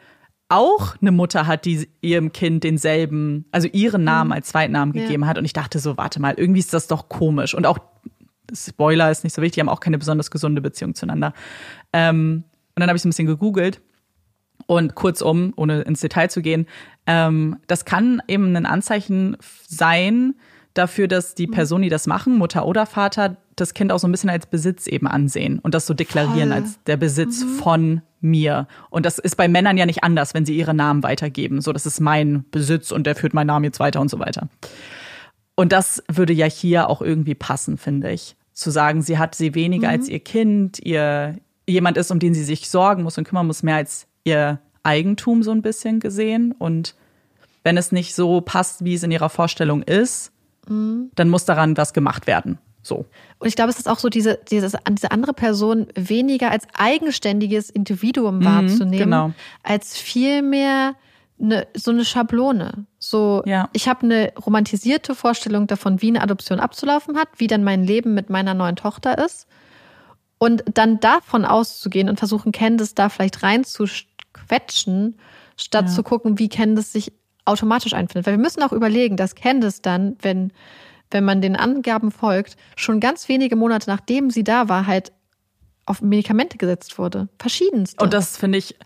auch eine Mutter hat, die ihrem Kind denselben, also ihren Namen als Zweitnamen gegeben hat. Und ich dachte so, warte mal, irgendwie ist das doch komisch. Und auch, Spoiler ist nicht so wichtig, die haben auch keine besonders gesunde Beziehung zueinander. Und dann habe ich so ein bisschen gegoogelt. Und kurzum, ohne ins Detail zu gehen, das kann eben ein Anzeichen sein dafür, dass die Personen, die das machen, Mutter oder Vater, das Kind auch so ein bisschen als Besitz eben ansehen und das so deklarieren als der Besitz von mir. Und das ist bei Männern ja nicht anders, wenn sie ihre Namen weitergeben. So, das ist mein Besitz und der führt meinen Namen jetzt weiter und so weiter. Und das würde ja hier auch irgendwie passen, finde ich. Zu sagen, sie hat sie weniger als ihr Kind, jemand ist, um den sie sich sorgen muss und kümmern muss, mehr als ihr Eigentum so ein bisschen gesehen. Und wenn es nicht so passt, wie es in ihrer Vorstellung ist, dann muss daran was gemacht werden. So. Und ich glaube, es ist auch so, diese andere Person weniger als eigenständiges Individuum wahrzunehmen, als vielmehr so eine Schablone. So, ich habe eine romantisierte Vorstellung davon, wie eine Adoption abzulaufen hat, wie dann mein Leben mit meiner neuen Tochter ist. Und dann davon auszugehen und versuchen, Candice da vielleicht reinzuquetschen, statt zu gucken, wie Candice sich automatisch einfindet. Weil wir müssen auch überlegen, dass Candice dann, wenn man den Angaben folgt, schon ganz wenige Monate nachdem sie da war, halt auf Medikamente gesetzt wurde. Verschiedenste. Und das fand ich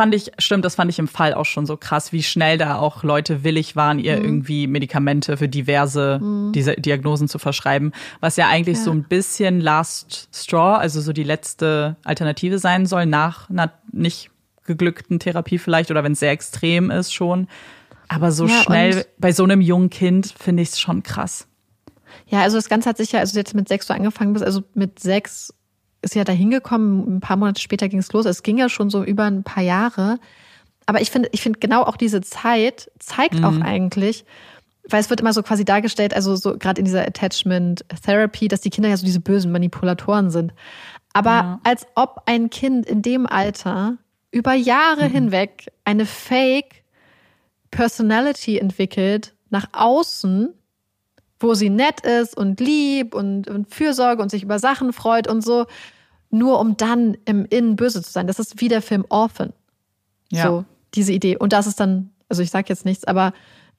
im Fall auch schon so krass, wie schnell da auch Leute willig waren, ihr irgendwie Medikamente für diverse diese Diagnosen zu verschreiben. Was ja eigentlich so ein bisschen Last Straw, also so die letzte Alternative sein soll, nach einer nicht geglückten Therapie vielleicht oder wenn es sehr extrem ist schon. Aber so schnell bei so einem jungen Kind finde ich es schon krass. Ja, also das Ganze hat sich ja, also jetzt mit 6 so angefangen bist, also mit 6 ist ja da hingekommen, ein paar Monate später ging es los. Es ging ja schon so über ein paar Jahre. Aber ich finde genau auch diese Zeit zeigt auch eigentlich, weil es wird immer so quasi dargestellt, also so gerade in dieser Attachment Therapy, dass die Kinder ja so diese bösen Manipulatoren sind. Aber als ob ein Kind in dem Alter über Jahre hinweg eine Fake Personality entwickelt, nach außen, wo sie nett ist und lieb und Fürsorge und sich über Sachen freut und so, nur um dann im Innen böse zu sein. Das ist wie der Film Orphan. Ja. So, diese Idee. Und das ist dann, also ich sag jetzt nichts, aber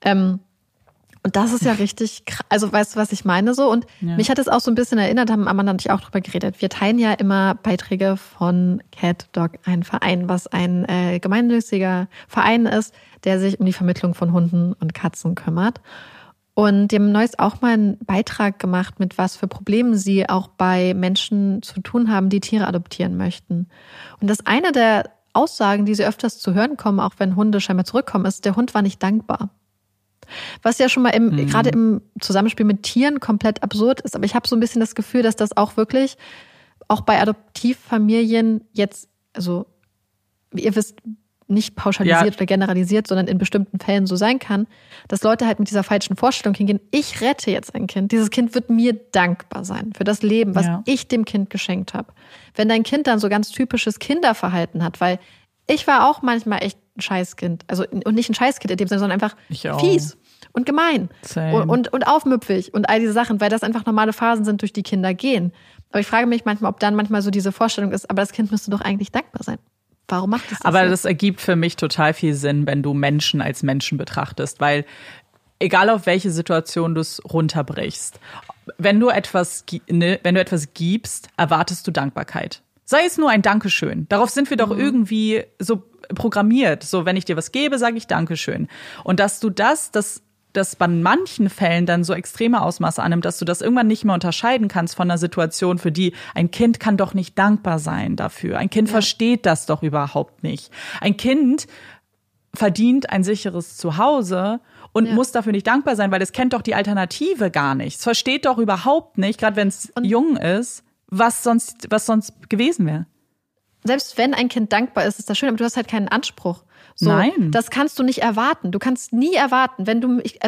und das ist ja richtig krass. Also weißt du, was ich meine so? Und mich hat es auch so ein bisschen erinnert, haben Amanda und ich auch drüber geredet. Wir teilen ja immer Beiträge von Cat Dog, ein Verein, was ein gemeinnütziger Verein ist, der sich um die Vermittlung von Hunden und Katzen kümmert. Und die haben neulich auch mal einen Beitrag gemacht, mit was für Problemen sie auch bei Menschen zu tun haben, die Tiere adoptieren möchten. Und das eine der Aussagen, die sie öfters zu hören kommen, auch wenn Hunde scheinbar zurückkommen, ist, der Hund war nicht dankbar. Was ja schon mal gerade im Zusammenspiel mit Tieren komplett absurd ist. Aber ich habe so ein bisschen das Gefühl, dass das auch wirklich, auch bei Adoptivfamilien jetzt, also wie ihr wisst, nicht pauschalisiert oder generalisiert, sondern in bestimmten Fällen so sein kann, dass Leute halt mit dieser falschen Vorstellung hingehen, ich rette jetzt ein Kind, dieses Kind wird mir dankbar sein für das Leben, was ich dem Kind geschenkt habe. Wenn dein Kind dann so ganz typisches Kinderverhalten hat, weil ich war auch manchmal echt ein Scheißkind, also und nicht ein Scheißkind in dem Sinne, sondern einfach fies und gemein und aufmüpfig und all diese Sachen, weil das einfach normale Phasen sind, durch die Kinder gehen. Aber ich frage mich manchmal, ob dann manchmal so diese Vorstellung ist, aber das Kind müsste doch eigentlich dankbar sein. Warum macht es das? Aber das ergibt für mich total viel Sinn, wenn du Menschen als Menschen betrachtest, weil egal auf welche Situation du es runterbrichst, wenn du etwas gibst, erwartest du Dankbarkeit. Sei es nur ein Dankeschön. Darauf sind wir doch irgendwie so programmiert. So, wenn ich dir was gebe, sage ich Dankeschön. Und dass du das bei manchen Fällen dann so extreme Ausmaße annimmt, dass du das irgendwann nicht mehr unterscheiden kannst von einer Situation, für die ein Kind kann doch nicht dankbar sein dafür. Ein Kind versteht das doch überhaupt nicht. Ein Kind verdient ein sicheres Zuhause und muss dafür nicht dankbar sein, weil es kennt doch die Alternative gar nicht. Es versteht doch überhaupt nicht, gerade wenn es jung ist, was sonst gewesen wäre. Selbst wenn ein Kind dankbar ist, ist das schön, aber du hast halt keinen Anspruch. So, nein. Das kannst du nicht erwarten. Du kannst nie erwarten, wenn du ich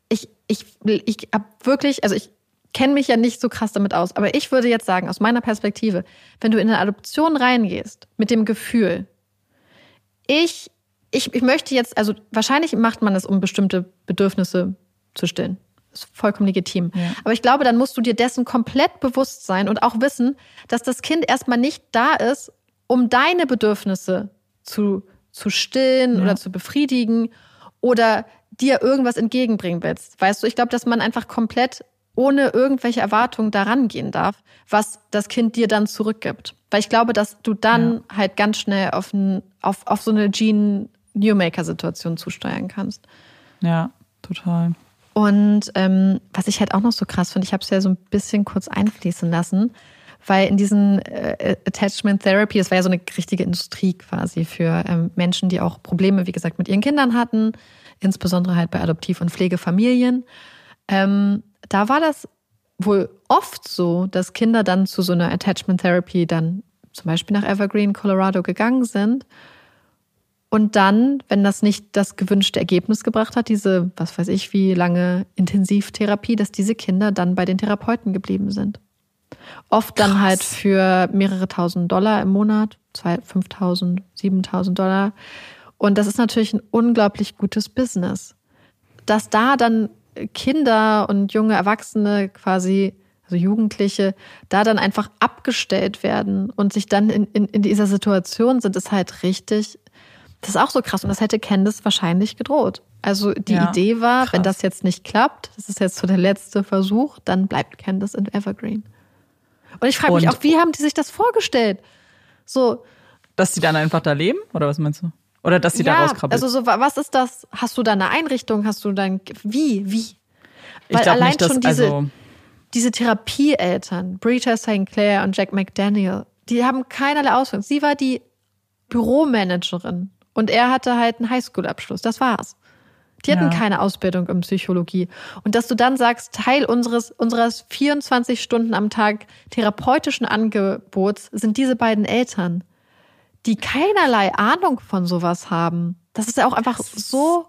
hab wirklich, also ich kenne mich ja nicht so krass damit aus, aber ich würde jetzt sagen, aus meiner Perspektive, wenn du in eine Adoption reingehst mit dem Gefühl, ich möchte jetzt, also wahrscheinlich macht man das, um bestimmte Bedürfnisse zu stillen. Das ist vollkommen legitim. Ja. Aber ich glaube, dann musst du dir dessen komplett bewusst sein und auch wissen, dass das Kind erstmal nicht da ist, um deine Bedürfnisse zu zu stillen oder zu befriedigen oder dir irgendwas entgegenbringen willst. Weißt du, ich glaube, dass man einfach komplett ohne irgendwelche Erwartungen daran gehen darf, was das Kind dir dann zurückgibt. Weil ich glaube, dass du dann halt ganz schnell auf so eine Gene-Newmaker-Situation zusteuern kannst. Ja, total. Und was ich halt auch noch so krass finde, ich habe es ja so ein bisschen kurz einfließen lassen, weil in diesen Attachment Therapy, das war ja so eine richtige Industrie quasi für Menschen, die auch Probleme, wie gesagt, mit ihren Kindern hatten, insbesondere halt bei Adoptiv- und Pflegefamilien. Da war das wohl oft so, dass Kinder dann zu so einer Attachment Therapy dann zum Beispiel nach Evergreen, Colorado gegangen sind und dann, wenn das nicht das gewünschte Ergebnis gebracht hat, diese, was weiß ich, wie lange Intensivtherapie, dass diese Kinder dann bei den Therapeuten geblieben sind. Oft dann halt für mehrere $1.000 im Monat, 5.000, 7.000 Dollar. Und das ist natürlich ein unglaublich gutes Business. Dass da dann Kinder und junge Erwachsene quasi, also Jugendliche, da dann einfach abgestellt werden und sich dann in dieser Situation sind, ist halt richtig, das ist auch so krass. Und das hätte Candace wahrscheinlich gedroht. Also die Idee war, wenn das jetzt nicht klappt, das ist jetzt so der letzte Versuch, dann bleibt Candace in Evergreen. Und ich frage mich auch, wie haben die sich das vorgestellt? So, dass die dann einfach da leben? Oder was meinst du? Oder dass die da rauskrabbeln? Also so, was ist das? Hast du da eine Einrichtung? Hast du dann, wie? Weil ich allein nicht, dass, schon diese Therapieeltern, Brita St. Clair und Jack McDaniel, die haben keinerlei Ausbildung. Sie war die Büromanagerin und er hatte halt einen Highschool-Abschluss. Das war's. Die hatten keine Ausbildung in Psychologie. Und dass du dann sagst, Teil unseres 24 Stunden am Tag therapeutischen Angebots sind diese beiden Eltern, die keinerlei Ahnung von sowas haben. Das ist ja auch einfach so.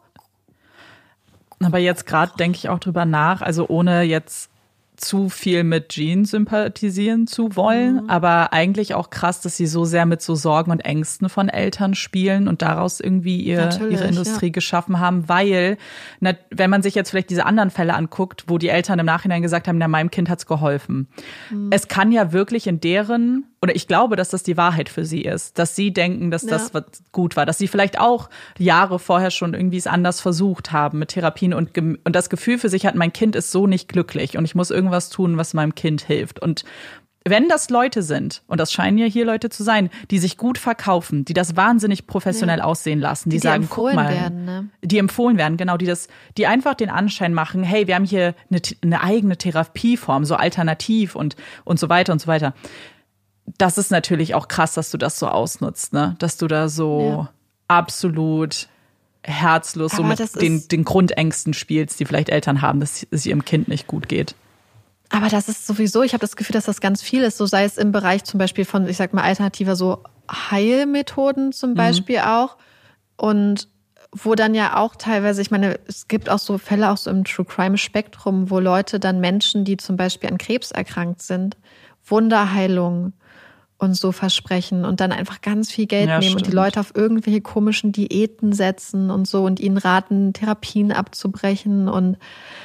Aber jetzt gerade denke ich auch drüber nach, also ohne jetzt zu viel mit Jean sympathisieren zu wollen, aber eigentlich auch krass, dass sie so sehr mit so Sorgen und Ängsten von Eltern spielen und daraus irgendwie ihre Industrie geschaffen haben, weil, wenn man sich jetzt vielleicht diese anderen Fälle anguckt, wo die Eltern im Nachhinein gesagt haben, meinem Kind hat's geholfen. Es kann ja wirklich in deren, oder ich glaube, dass das die Wahrheit für sie ist, dass sie denken, dass das was gut war, dass sie vielleicht auch Jahre vorher schon irgendwie es anders versucht haben mit Therapien und das Gefühl für sich hatten, mein Kind ist so nicht glücklich und ich muss irgendwas tun, was meinem Kind hilft. Und wenn das Leute sind, und das scheinen ja hier Leute zu sein, die sich gut verkaufen, die das wahnsinnig professionell aussehen lassen, die sagen, guck mal, werden, ne? Die empfohlen werden, genau, die einfach den Anschein machen, hey, wir haben hier eine eigene Therapieform, so alternativ und so weiter und so weiter. Das ist natürlich auch krass, dass du das so ausnutzt, ne? Dass du da so absolut herzlos so mit den Grundängsten spielst, die vielleicht Eltern haben, dass es ihrem Kind nicht gut geht. Aber das ist sowieso, ich habe das Gefühl, dass das ganz viel ist, so sei es im Bereich zum Beispiel von, ich sag mal, alternativer so Heilmethoden zum Beispiel auch. Und wo dann ja auch teilweise, ich meine, es gibt auch so Fälle auch so im True Crime Spektrum, wo Leute dann Menschen, die zum Beispiel an Krebs erkrankt sind, Wunderheilung und so versprechen und dann einfach ganz viel Geld nehmen und die Leute auf irgendwelche komischen Diäten setzen und so und ihnen raten, Therapien abzubrechen und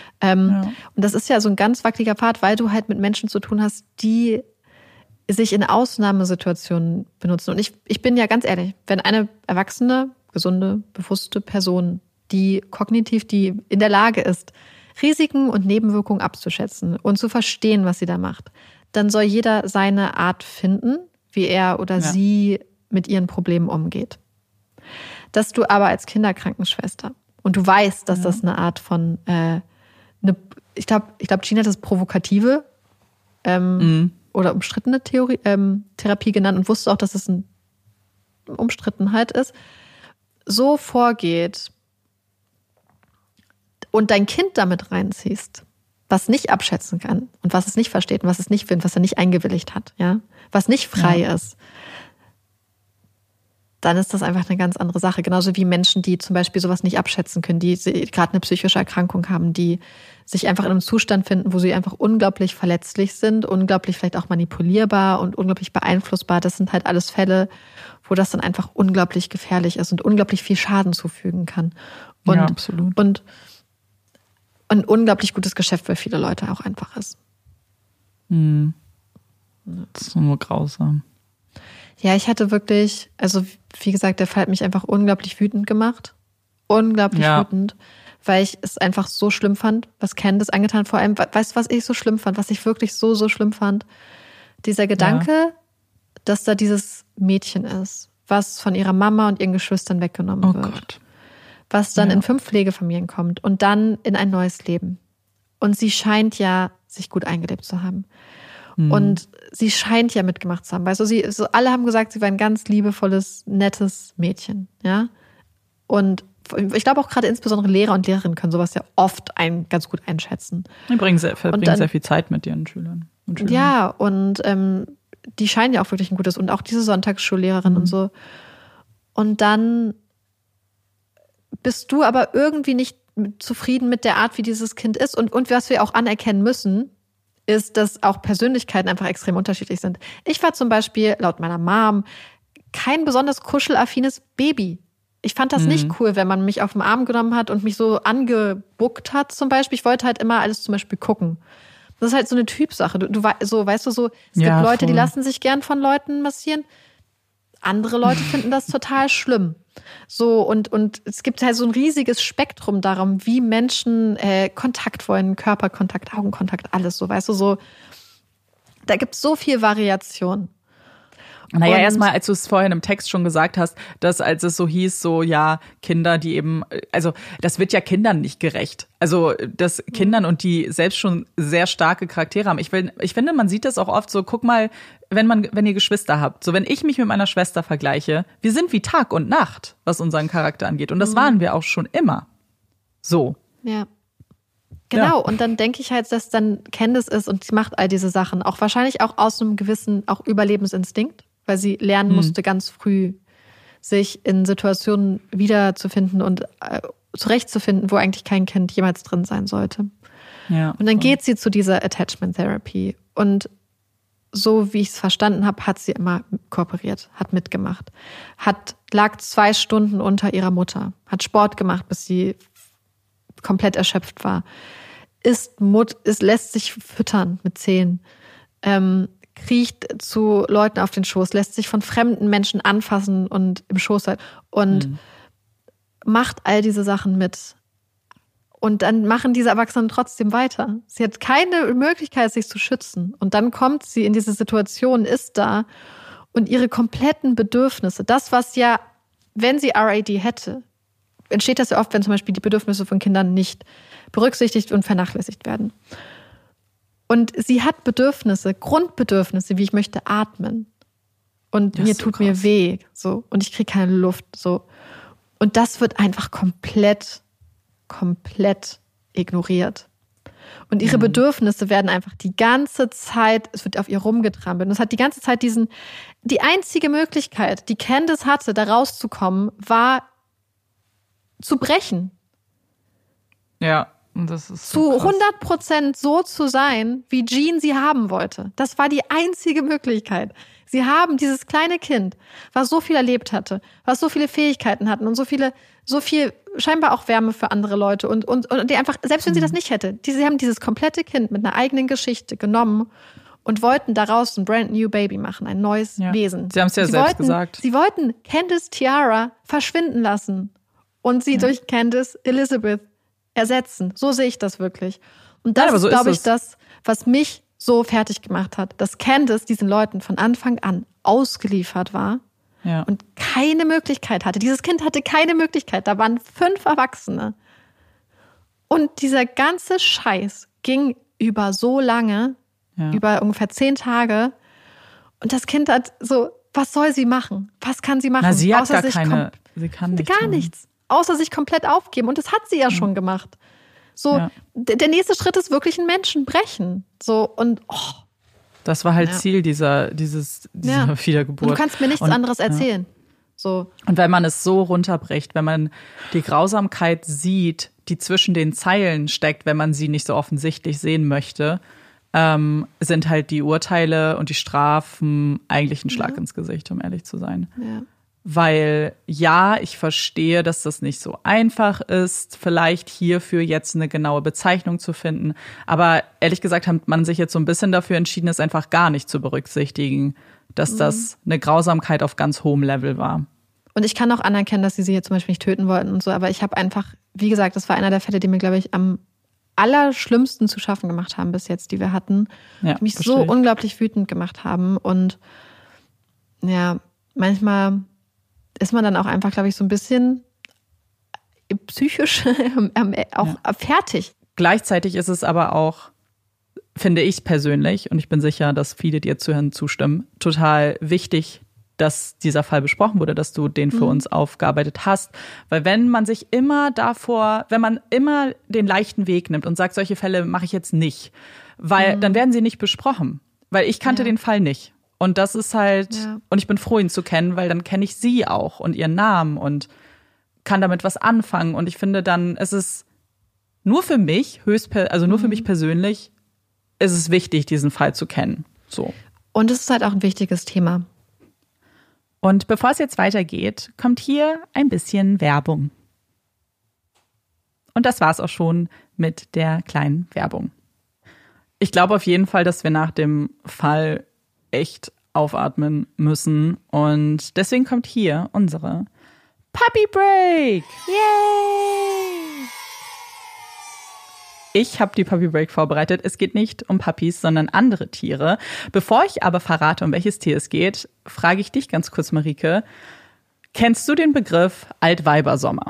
das ist ja so ein ganz wackeliger Pfad, weil du halt mit Menschen zu tun hast, die sich in Ausnahmesituationen benutzen. Und ich bin ja ganz ehrlich, wenn eine erwachsene, gesunde, bewusste Person, die kognitiv, die in der Lage ist, Risiken und Nebenwirkungen abzuschätzen und zu verstehen, was sie da macht, dann soll jeder seine Art finden, wie er oder sie mit ihren Problemen umgeht. Dass du aber als Kinderkrankenschwester und du weißt, dass das eine Art von ich glaube, Gina hat das provokative oder umstrittene Therapie genannt und wusste auch, dass es eine Umstrittenheit ist, so vorgeht und dein Kind damit reinziehst, was nicht abschätzen kann und was es nicht versteht und was es nicht will, was er nicht eingewilligt hat, ja, was nicht frei ist, dann ist das einfach eine ganz andere Sache. Genauso wie Menschen, die zum Beispiel sowas nicht abschätzen können, die gerade eine psychische Erkrankung haben, die sich einfach in einem Zustand finden, wo sie einfach unglaublich verletzlich sind, unglaublich vielleicht auch manipulierbar und unglaublich beeinflussbar. Das sind halt alles Fälle, wo das dann einfach unglaublich gefährlich ist und unglaublich viel Schaden zufügen kann. Und, absolut. Und ein unglaublich gutes Geschäft für viele Leute auch einfach ist. Das ist nur grausam. Ja, ich hatte wirklich, also wie gesagt, der Fall hat mich einfach unglaublich wütend gemacht. Unglaublich wütend, weil ich es einfach so schlimm fand, was Candace angetan hat. Vor allem, weißt du, was ich so schlimm fand, was ich wirklich so, so schlimm fand? Dieser Gedanke, dass da dieses Mädchen ist, was von ihrer Mama und ihren Geschwistern weggenommen wird. Gott. Was dann in 5 Pflegefamilien kommt und dann in ein neues Leben. Und sie scheint ja sich gut eingelebt zu haben. Und sie scheint ja mitgemacht zu haben. Weißt du, alle haben gesagt, sie war ein ganz liebevolles, nettes Mädchen. Ja? Und ich glaube auch gerade insbesondere Lehrer und Lehrerinnen können sowas ja oft ganz gut einschätzen. Die verbringen sehr viel Zeit mit ihren Schülern und Schülern. Ja, und die scheinen ja auch wirklich ein gutes, und auch diese Sonntagsschullehrerin und so. Und dann bist du aber irgendwie nicht zufrieden mit der Art, wie dieses Kind ist. Und was wir auch anerkennen müssen, ist, dass auch Persönlichkeiten einfach extrem unterschiedlich sind. Ich war zum Beispiel, laut meiner Mom, kein besonders kuschelaffines Baby. Ich fand das nicht cool, wenn man mich auf den Arm genommen hat und mich so angebuckt hat zum Beispiel. Ich wollte halt immer alles zum Beispiel gucken. Das ist halt so eine Typsache. Weißt du, es gibt Leute, die lassen sich gern von Leuten massieren. Andere Leute finden das total schlimm. So, und es gibt halt so ein riesiges Spektrum darum, wie Menschen Kontakt wollen, Körperkontakt, Augenkontakt, alles so, weißt du, so. Da gibt es so viel Variation. Naja, erstmal, als du es vorhin im Text schon gesagt hast, dass als es so hieß, so ja, Kinder, die eben, also das wird ja Kindern nicht gerecht. Also dass Kindern und die selbst schon sehr starke Charaktere haben. Ich finde, man sieht das auch oft so, guck mal, wenn ihr Geschwister habt, so wenn ich mich mit meiner Schwester vergleiche, wir sind wie Tag und Nacht, was unseren Charakter angeht. Und das waren wir auch schon immer. So. Ja. Genau, und dann denke ich halt, dass dann Candace ist und sie macht all diese Sachen. Auch wahrscheinlich auch aus einem gewissen auch Überlebensinstinkt, weil sie lernen musste ganz früh, sich in Situationen wiederzufinden und zurechtzufinden, wo eigentlich kein Kind jemals drin sein sollte. Ja, und dann geht sie zu dieser Attachment Therapy. Und so wie ich es verstanden habe, hat sie immer kooperiert, hat mitgemacht, lag 2 Stunden unter ihrer Mutter, hat Sport gemacht, bis sie komplett erschöpft war, lässt sich füttern mit Zähnen, kriecht zu Leuten auf den Schoß, lässt sich von fremden Menschen anfassen und im Schoß halten und macht all diese Sachen mit. Und dann machen diese Erwachsenen trotzdem weiter. Sie hat keine Möglichkeit, sich zu schützen. Und dann kommt sie in diese Situation, ist da und ihre kompletten Bedürfnisse, das, was ja, wenn sie RAD hätte, entsteht das ja oft, wenn zum Beispiel die Bedürfnisse von Kindern nicht berücksichtigt und vernachlässigt werden. Und sie hat Bedürfnisse, Grundbedürfnisse, wie ich möchte atmen. Und mir tut mir weh, so. Und ich kriege keine Luft, so. Und das wird einfach komplett ignoriert. Und ihre Bedürfnisse werden einfach die ganze Zeit, es wird auf ihr rumgetrampelt. Und es hat die ganze Zeit die einzige Möglichkeit, die Candace hatte, da rauszukommen, war zu brechen. Ja. Das ist so zu 100% so zu sein, wie Jean sie haben wollte. Das war die einzige Möglichkeit. Sie haben dieses kleine Kind, was so viel erlebt hatte, was so viele Fähigkeiten hatten und so viel scheinbar auch Wärme für andere Leute und die einfach, selbst wenn sie das nicht hätte, sie haben dieses komplette Kind mit einer eigenen Geschichte genommen und wollten daraus ein brand new Baby machen, ein neues Wesen. Sie haben es ja selbst gesagt. Sie wollten Candace Tiara verschwinden lassen und sie durch Candace Elizabeth ersetzen. So sehe ich das wirklich. Und das ist, glaube ich, das, was mich so fertig gemacht hat, dass Candace diesen Leuten von Anfang an ausgeliefert war und keine Möglichkeit hatte. Dieses Kind hatte keine Möglichkeit. Da waren 5 Erwachsene. Und dieser ganze Scheiß ging über so lange, über ungefähr 10 Tage. Und das Kind hat so, was soll sie machen? Was kann sie machen? Na, sie hat sie kann nichts. Gar nichts. Außer sich komplett aufgeben. Und das hat sie ja schon gemacht. So, der nächste Schritt ist wirklich ein Menschen brechen. So, und das war halt Ziel dieser Wiedergeburt. Und du kannst mir nichts anderes erzählen. So. Und wenn man es so runterbricht, wenn man die Grausamkeit sieht, die zwischen den Zeilen steckt, wenn man sie nicht so offensichtlich sehen möchte, sind halt die Urteile und die Strafen eigentlich ein Schlag ins Gesicht, um ehrlich zu sein. Ja. Weil ich verstehe, dass das nicht so einfach ist, vielleicht hierfür jetzt eine genaue Bezeichnung zu finden. Aber ehrlich gesagt hat man sich jetzt so ein bisschen dafür entschieden, es einfach gar nicht zu berücksichtigen, dass das eine Grausamkeit auf ganz hohem Level war. Und ich kann auch anerkennen, dass sie hier zum Beispiel nicht töten wollten und so. Aber ich habe einfach, wie gesagt, das war einer der Fälle, die mir, glaube ich, am allerschlimmsten zu schaffen gemacht haben bis jetzt, die wir hatten. Ja, die mich so unglaublich wütend gemacht haben. Und ja, manchmal ist man dann auch einfach, glaube ich, so ein bisschen psychisch auch fertig. Gleichzeitig ist es aber auch, finde ich persönlich, und ich bin sicher, dass viele dir zuhören zustimmen, total wichtig, dass dieser Fall besprochen wurde, dass du den für uns aufgearbeitet hast. Weil wenn man sich immer wenn man immer den leichten Weg nimmt und sagt, solche Fälle mache ich jetzt nicht, weil dann werden sie nicht besprochen. Weil ich kannte den Fall nicht. Und das ist halt, und ich bin froh, ihn zu kennen, weil dann kenne ich sie auch und ihren Namen und kann damit was anfangen. Und ich finde dann, es ist nur für mich, nur für mich persönlich, ist es wichtig, diesen Fall zu kennen. So. Und es ist halt auch ein wichtiges Thema. Und bevor es jetzt weitergeht, kommt hier ein bisschen Werbung. Und das war's auch schon mit der kleinen Werbung. Ich glaube auf jeden Fall, dass wir nach dem Fall echt aufatmen müssen. Und deswegen kommt hier unsere Puppy Break. Yay! Ich habe die Puppy Break vorbereitet. Es geht nicht um Puppies, sondern andere Tiere. Bevor ich aber verrate, um welches Tier es geht, frage ich dich ganz kurz, Marike. Kennst du den Begriff Altweibersommer?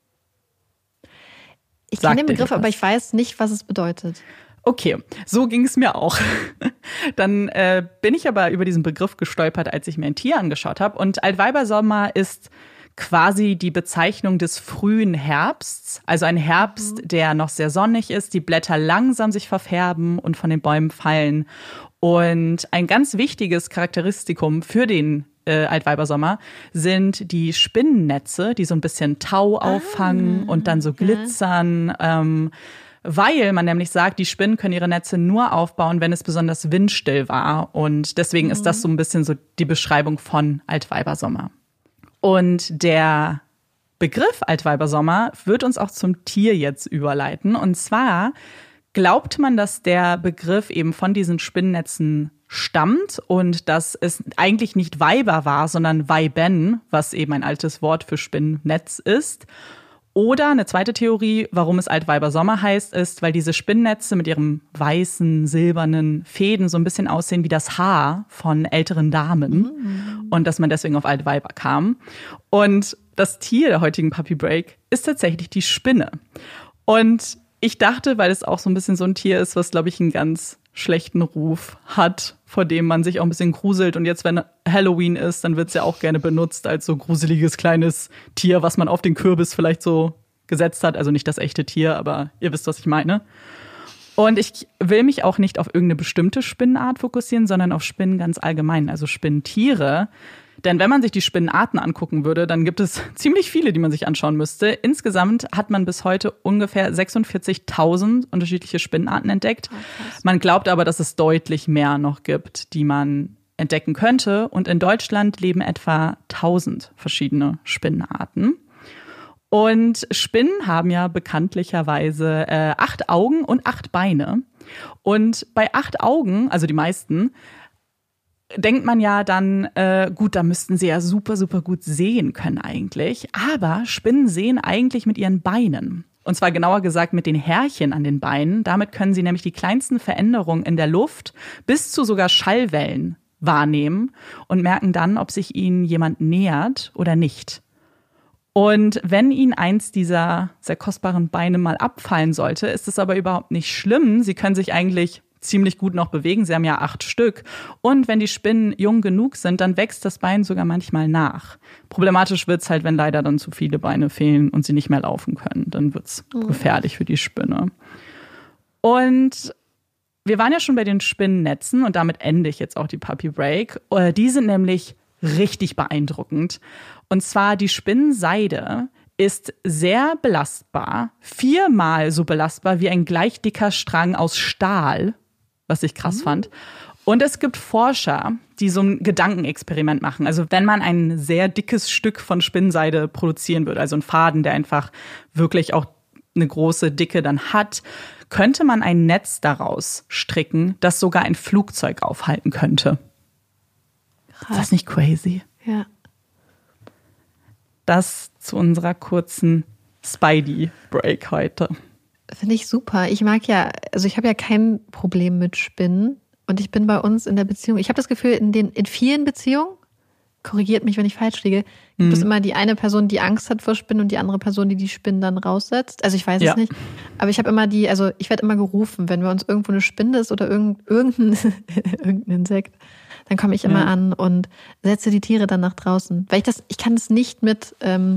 Ich kenne den Begriff, aber ich weiß nicht, was es bedeutet. Okay, so ging es mir auch. Dann bin ich aber über diesen Begriff gestolpert, als ich mir ein Tier angeschaut habe. Und Altweibersommer ist quasi die Bezeichnung des frühen Herbsts, also ein Herbst, der noch sehr sonnig ist, die Blätter langsam sich verfärben und von den Bäumen fallen. Und ein ganz wichtiges Charakteristikum für den Altweibersommer sind die Spinnennetze, die so ein bisschen Tau auffangen und dann so glitzern, weil man nämlich sagt, die Spinnen können ihre Netze nur aufbauen, wenn es besonders windstill war. Und deswegen ist das so ein bisschen so die Beschreibung von Altweibersommer. Und der Begriff Altweibersommer wird uns auch zum Tier jetzt überleiten. Und zwar glaubt man, dass der Begriff eben von diesen Spinnennetzen stammt und dass es eigentlich nicht Weiber war, sondern Weiben, was eben ein altes Wort für Spinnennetz ist. Oder eine zweite Theorie, warum es Altweibersommer heißt, ist, weil diese Spinnnetze mit ihrem weißen, silbernen Fäden so ein bisschen aussehen wie das Haar von älteren Damen und dass man deswegen auf Altweiber kam. Und das Tier der heutigen Puppy Break ist tatsächlich die Spinne. Und ich dachte, weil es auch so ein bisschen so ein Tier ist, was, glaube ich, einen ganz schlechten Ruf hat, vor dem man sich auch ein bisschen gruselt. Und jetzt, wenn Halloween ist, dann wird es ja auch gerne benutzt als so gruseliges kleines Tier, was man auf den Kürbis vielleicht so gesetzt hat. Also nicht das echte Tier, aber ihr wisst, was ich meine. Und ich will mich auch nicht auf irgendeine bestimmte Spinnenart fokussieren, sondern auf Spinnen ganz allgemein, also Spinnentiere. Denn wenn man sich die Spinnenarten angucken würde, dann gibt es ziemlich viele, die man sich anschauen müsste. Insgesamt hat man bis heute ungefähr 46.000 unterschiedliche Spinnenarten entdeckt. Man glaubt aber, dass es deutlich mehr noch gibt, die man entdecken könnte. Und in Deutschland leben etwa 1000 verschiedene Spinnenarten. Und Spinnen haben ja bekanntlicherweise 8 Augen und 8 Beine. Und bei 8 Augen, also die meisten, denkt man ja dann, gut, da müssten sie ja super, super gut sehen können eigentlich. Aber Spinnen sehen eigentlich mit ihren Beinen. Und zwar genauer gesagt mit den Härchen an den Beinen. Damit können sie nämlich die kleinsten Veränderungen in der Luft bis zu sogar Schallwellen wahrnehmen und merken dann, ob sich ihnen jemand nähert oder nicht. Und wenn ihnen eins dieser sehr kostbaren Beine mal abfallen sollte, ist es aber überhaupt nicht schlimm. Sie können sich eigentlich ziemlich gut noch bewegen. Sie haben ja 8 Stück. Und wenn die Spinnen jung genug sind, dann wächst das Bein sogar manchmal nach. Problematisch wird's halt, wenn leider dann zu viele Beine fehlen und sie nicht mehr laufen können. Dann wird's gefährlich für die Spinne. Und wir waren ja schon bei den Spinnennetzen und damit ende ich jetzt auch die Puppy Break. Die sind nämlich richtig beeindruckend. Und zwar die Spinnenseide ist sehr belastbar, 4-mal so belastbar wie ein gleich dicker Strang aus Stahl, was ich krass fand. Und es gibt Forscher, die so ein Gedankenexperiment machen. Also wenn man ein sehr dickes Stück von Spinnenseide produzieren würde, also ein Faden, der einfach wirklich auch eine große Dicke dann hat, könnte man ein Netz daraus stricken, das sogar ein Flugzeug aufhalten könnte. Krass. Ist das nicht crazy? Ja. das zu unserer kurzen Spidey-Break heute. Finde ich super. Ich mag ja, also ich habe ja kein Problem mit Spinnen und ich bin bei uns in der Beziehung, ich habe das Gefühl, in vielen Beziehungen, korrigiert mich, wenn ich falsch liege, gibt es immer die eine Person, die Angst hat vor Spinnen und die andere Person, die Spinnen dann raussetzt. Also ich weiß es nicht. Aber ich habe immer ich werde immer gerufen, wenn bei uns irgendwo eine Spinne ist oder irgendein Insekt, dann komme ich immer an und setze die Tiere dann nach draußen. Weil ich kann es nicht mit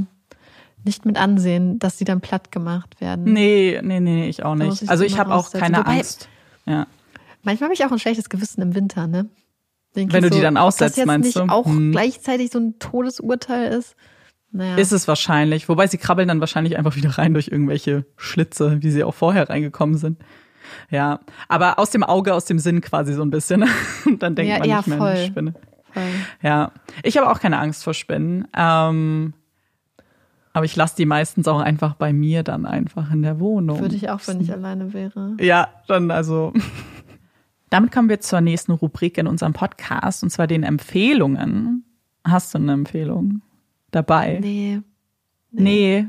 ansehen, dass sie dann platt gemacht werden. Nee, ich auch nicht. Also ich habe auch keine Angst. Ja. Manchmal habe ich auch ein schlechtes Gewissen im Winter, ne? Wenn du die dann aussetzt, meinst du? Ob das jetzt nicht auch gleichzeitig so ein Todesurteil ist? Naja. Ist es wahrscheinlich. Wobei sie krabbeln dann wahrscheinlich einfach wieder rein durch irgendwelche Schlitze, wie sie auch vorher reingekommen sind. Ja, aber aus dem Auge, aus dem Sinn quasi so ein bisschen. Und dann denkt man nicht mehr an die Spinne. Voll. Ja, ich habe auch keine Angst vor Spinnen. Aber ich lasse die meistens auch einfach bei mir dann einfach in der Wohnung. Würde ich auch, wenn ich alleine wäre. Ja, dann also. Damit kommen wir zur nächsten Rubrik in unserem Podcast, und zwar den Empfehlungen. Hast du eine Empfehlung dabei? Nee.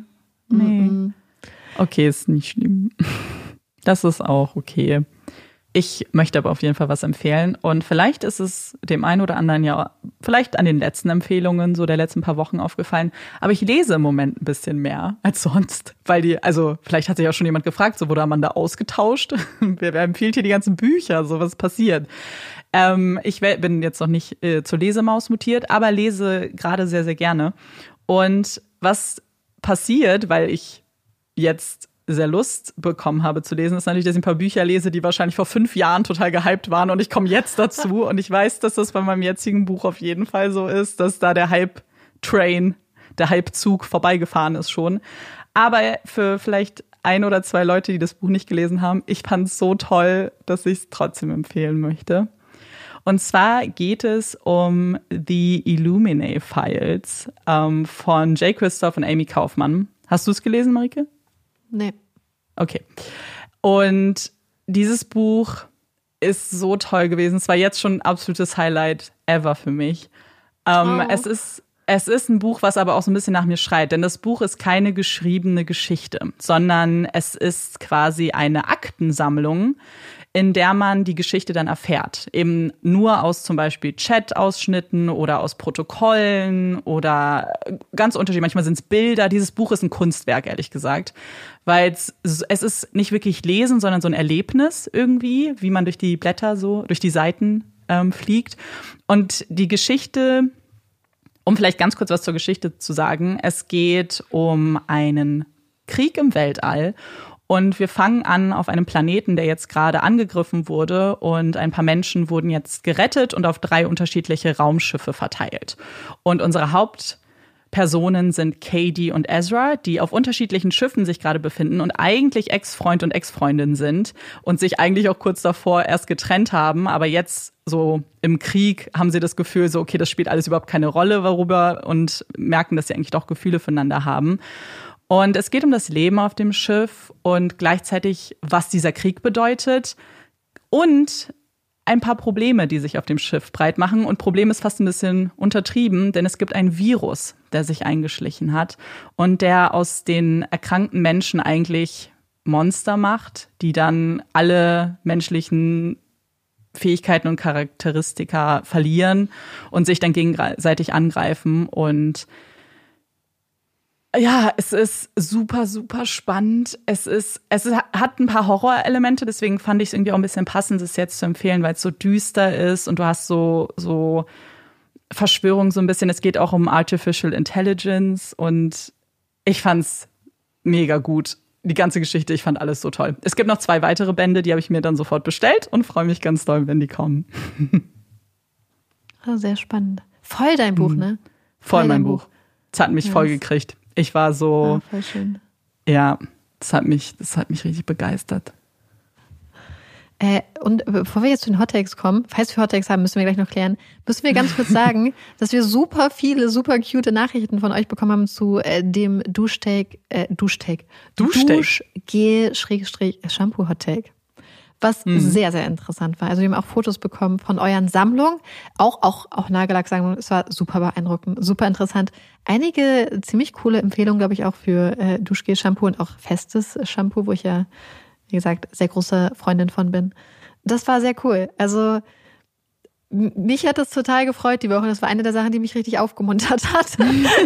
Okay, ist nicht schlimm. Das ist auch okay. Ich möchte aber auf jeden Fall was empfehlen. Und vielleicht ist es dem einen oder anderen ja vielleicht an den letzten Empfehlungen so der letzten paar Wochen aufgefallen. Aber ich lese im Moment ein bisschen mehr als sonst. Vielleicht hat sich auch schon jemand gefragt, so wurde Amanda ausgetauscht? Wer empfiehlt hier die ganzen Bücher? So, was passiert? Ich bin jetzt noch nicht zur Lesemaus mutiert, aber lese gerade sehr, sehr gerne. Und was passiert, weil ich jetzt sehr Lust bekommen habe zu lesen, ist natürlich, dass ich ein paar Bücher lese, die wahrscheinlich vor 5 Jahren total gehypt waren und ich komme jetzt dazu und ich weiß, dass das bei meinem jetzigen Buch auf jeden Fall so ist, dass da der Hype-Train, der Hype-Zug vorbeigefahren ist schon. Aber für vielleicht 1 oder 2 Leute, die das Buch nicht gelesen haben, ich fand es so toll, dass ich es trotzdem empfehlen möchte. Und zwar geht es um The Illuminae Files von Jay Kristoff und Amy Kaufman. Hast du es gelesen, Marike? Nee. Okay. Und dieses Buch ist so toll gewesen. Es war jetzt schon ein absolutes Highlight ever für mich. Es ist ein Buch, was aber auch so ein bisschen nach mir schreit. Denn das Buch ist keine geschriebene Geschichte, sondern es ist quasi eine Aktensammlung, in der man die Geschichte dann erfährt. Eben nur aus zum Beispiel Chat-Ausschnitten oder aus Protokollen oder ganz unterschiedlich. Manchmal sind es Bilder. Dieses Buch ist ein Kunstwerk, ehrlich gesagt. Weil es ist nicht wirklich Lesen, sondern so ein Erlebnis irgendwie, wie man durch die Blätter so, durch die Seiten fliegt. Und die Geschichte, um vielleicht ganz kurz was zur Geschichte zu sagen, es geht um einen Krieg im Weltall. Und wir fangen an auf einem Planeten, der jetzt gerade angegriffen wurde, und ein paar Menschen wurden jetzt gerettet und auf 3 unterschiedliche Raumschiffe verteilt. Und unsere Hauptpersonen sind Cady und Ezra, die auf unterschiedlichen Schiffen sich gerade befinden und eigentlich Ex-Freund und Ex-Freundin sind und sich eigentlich auch kurz davor erst getrennt haben, aber jetzt so im Krieg haben sie das Gefühl, so okay, das spielt alles überhaupt keine Rolle, und merken, dass sie eigentlich doch Gefühle füreinander haben. Und es geht um das Leben auf dem Schiff und gleichzeitig, was dieser Krieg bedeutet und ein paar Probleme, die sich auf dem Schiff breit machen. Und Problem ist fast ein bisschen untertrieben, denn es gibt ein Virus, der sich eingeschlichen hat und der aus den erkrankten Menschen eigentlich Monster macht, die dann alle menschlichen Fähigkeiten und Charakteristika verlieren und sich dann gegenseitig angreifen. Und ja, es ist super, super spannend. Es hat ein paar Horrorelemente, deswegen fand ich es irgendwie auch ein bisschen passend, es jetzt zu empfehlen, weil es so düster ist und du hast so Verschwörung so ein bisschen. Es geht auch um Artificial Intelligence und ich fand's mega gut. Die ganze Geschichte, ich fand alles so toll. Es gibt noch 2 weitere Bände, die habe ich mir dann sofort bestellt und freue mich ganz doll, wenn die kommen. Oh, sehr spannend. Voll dein Buch, ne? Voll mein Buch. Das hat mich voll gekriegt. Ich war so, voll schön. Ja, das hat mich richtig begeistert. Und bevor wir jetzt zu den Hottakes kommen, falls wir Hottakes haben, müssen wir gleich noch klären, müssen wir ganz kurz sagen, dass wir super viele, super cute Nachrichten von euch bekommen haben zu dem Duschgel-Shampoo-Hottake. was sehr, sehr interessant war. Also wir haben auch Fotos bekommen von euren Sammlungen, auch Nagellacksammlungen. Es war super beeindruckend, super interessant. Einige ziemlich coole Empfehlungen, glaube ich, auch für Duschgel-Shampoo und auch festes Shampoo, wo ich ja, wie gesagt, sehr große Freundin von bin. Das war sehr cool. Also mich hat das total gefreut die Woche. Das war eine der Sachen, die mich richtig aufgemuntert hat.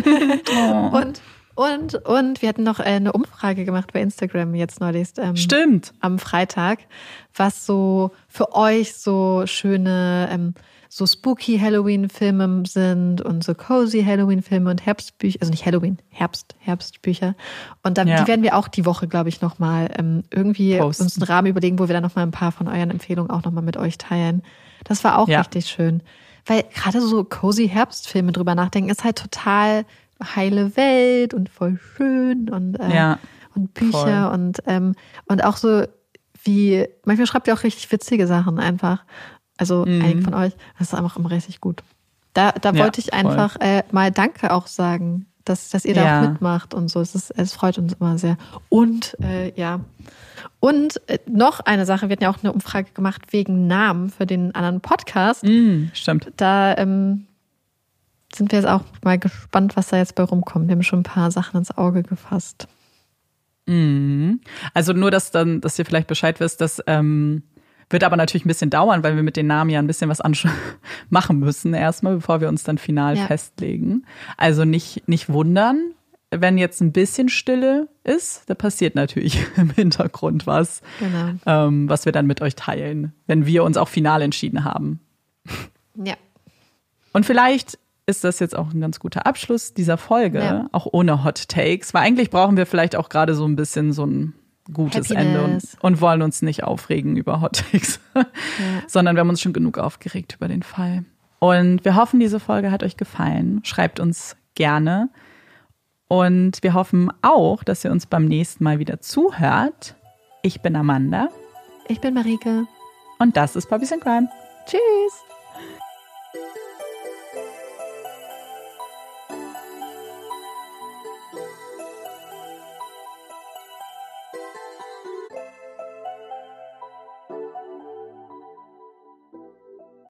Und wir hatten noch eine Umfrage gemacht bei Instagram jetzt neulich. Stimmt. Am Freitag, was so für euch so schöne, so spooky Halloween-Filme sind und so cozy Halloween-Filme und Herbstbücher, also nicht Halloween, Herbstbücher. Und dann, die werden wir auch die Woche, glaube ich, nochmal irgendwie posten. uns einen Rahmen überlegen, wo wir dann nochmal ein paar von euren Empfehlungen auch nochmal mit euch teilen. Das war auch richtig schön. Weil gerade so cozy Herbstfilme drüber nachdenken, ist halt total heile Welt und voll schön und Bücher und auch so wie, manchmal schreibt ihr auch richtig witzige Sachen einfach. Also einige von euch, das ist einfach immer richtig gut. Da wollte ich einfach mal Danke auch sagen, dass ihr da auch mitmacht und so. Es freut uns immer sehr. Und Und noch eine Sache, wir hatten ja auch eine Umfrage gemacht wegen Namen für den anderen Podcast. Stimmt. Da sind wir jetzt auch mal gespannt, was da jetzt bei rumkommt. Wir haben schon ein paar Sachen ins Auge gefasst. Also nur, dass ihr vielleicht Bescheid wisst, das wird aber natürlich ein bisschen dauern, weil wir mit den Namen ja ein bisschen was machen müssen erstmal, bevor wir uns dann final festlegen. Also nicht wundern, wenn jetzt ein bisschen Stille ist, da passiert natürlich im Hintergrund was, was wir dann mit euch teilen, wenn wir uns auch final entschieden haben. Ja. Und vielleicht ist das jetzt auch ein ganz guter Abschluss dieser Folge, auch ohne Hot Takes, weil eigentlich brauchen wir vielleicht auch gerade so ein bisschen so ein gutes Ende und wollen uns nicht aufregen über Hot Takes, sondern wir haben uns schon genug aufgeregt über den Fall. Und wir hoffen, diese Folge hat euch gefallen. Schreibt uns gerne. Und wir hoffen auch, dass ihr uns beim nächsten Mal wieder zuhört. Ich bin Amanda. Ich bin Marike. Und das ist Puppies in Crime. Tschüss.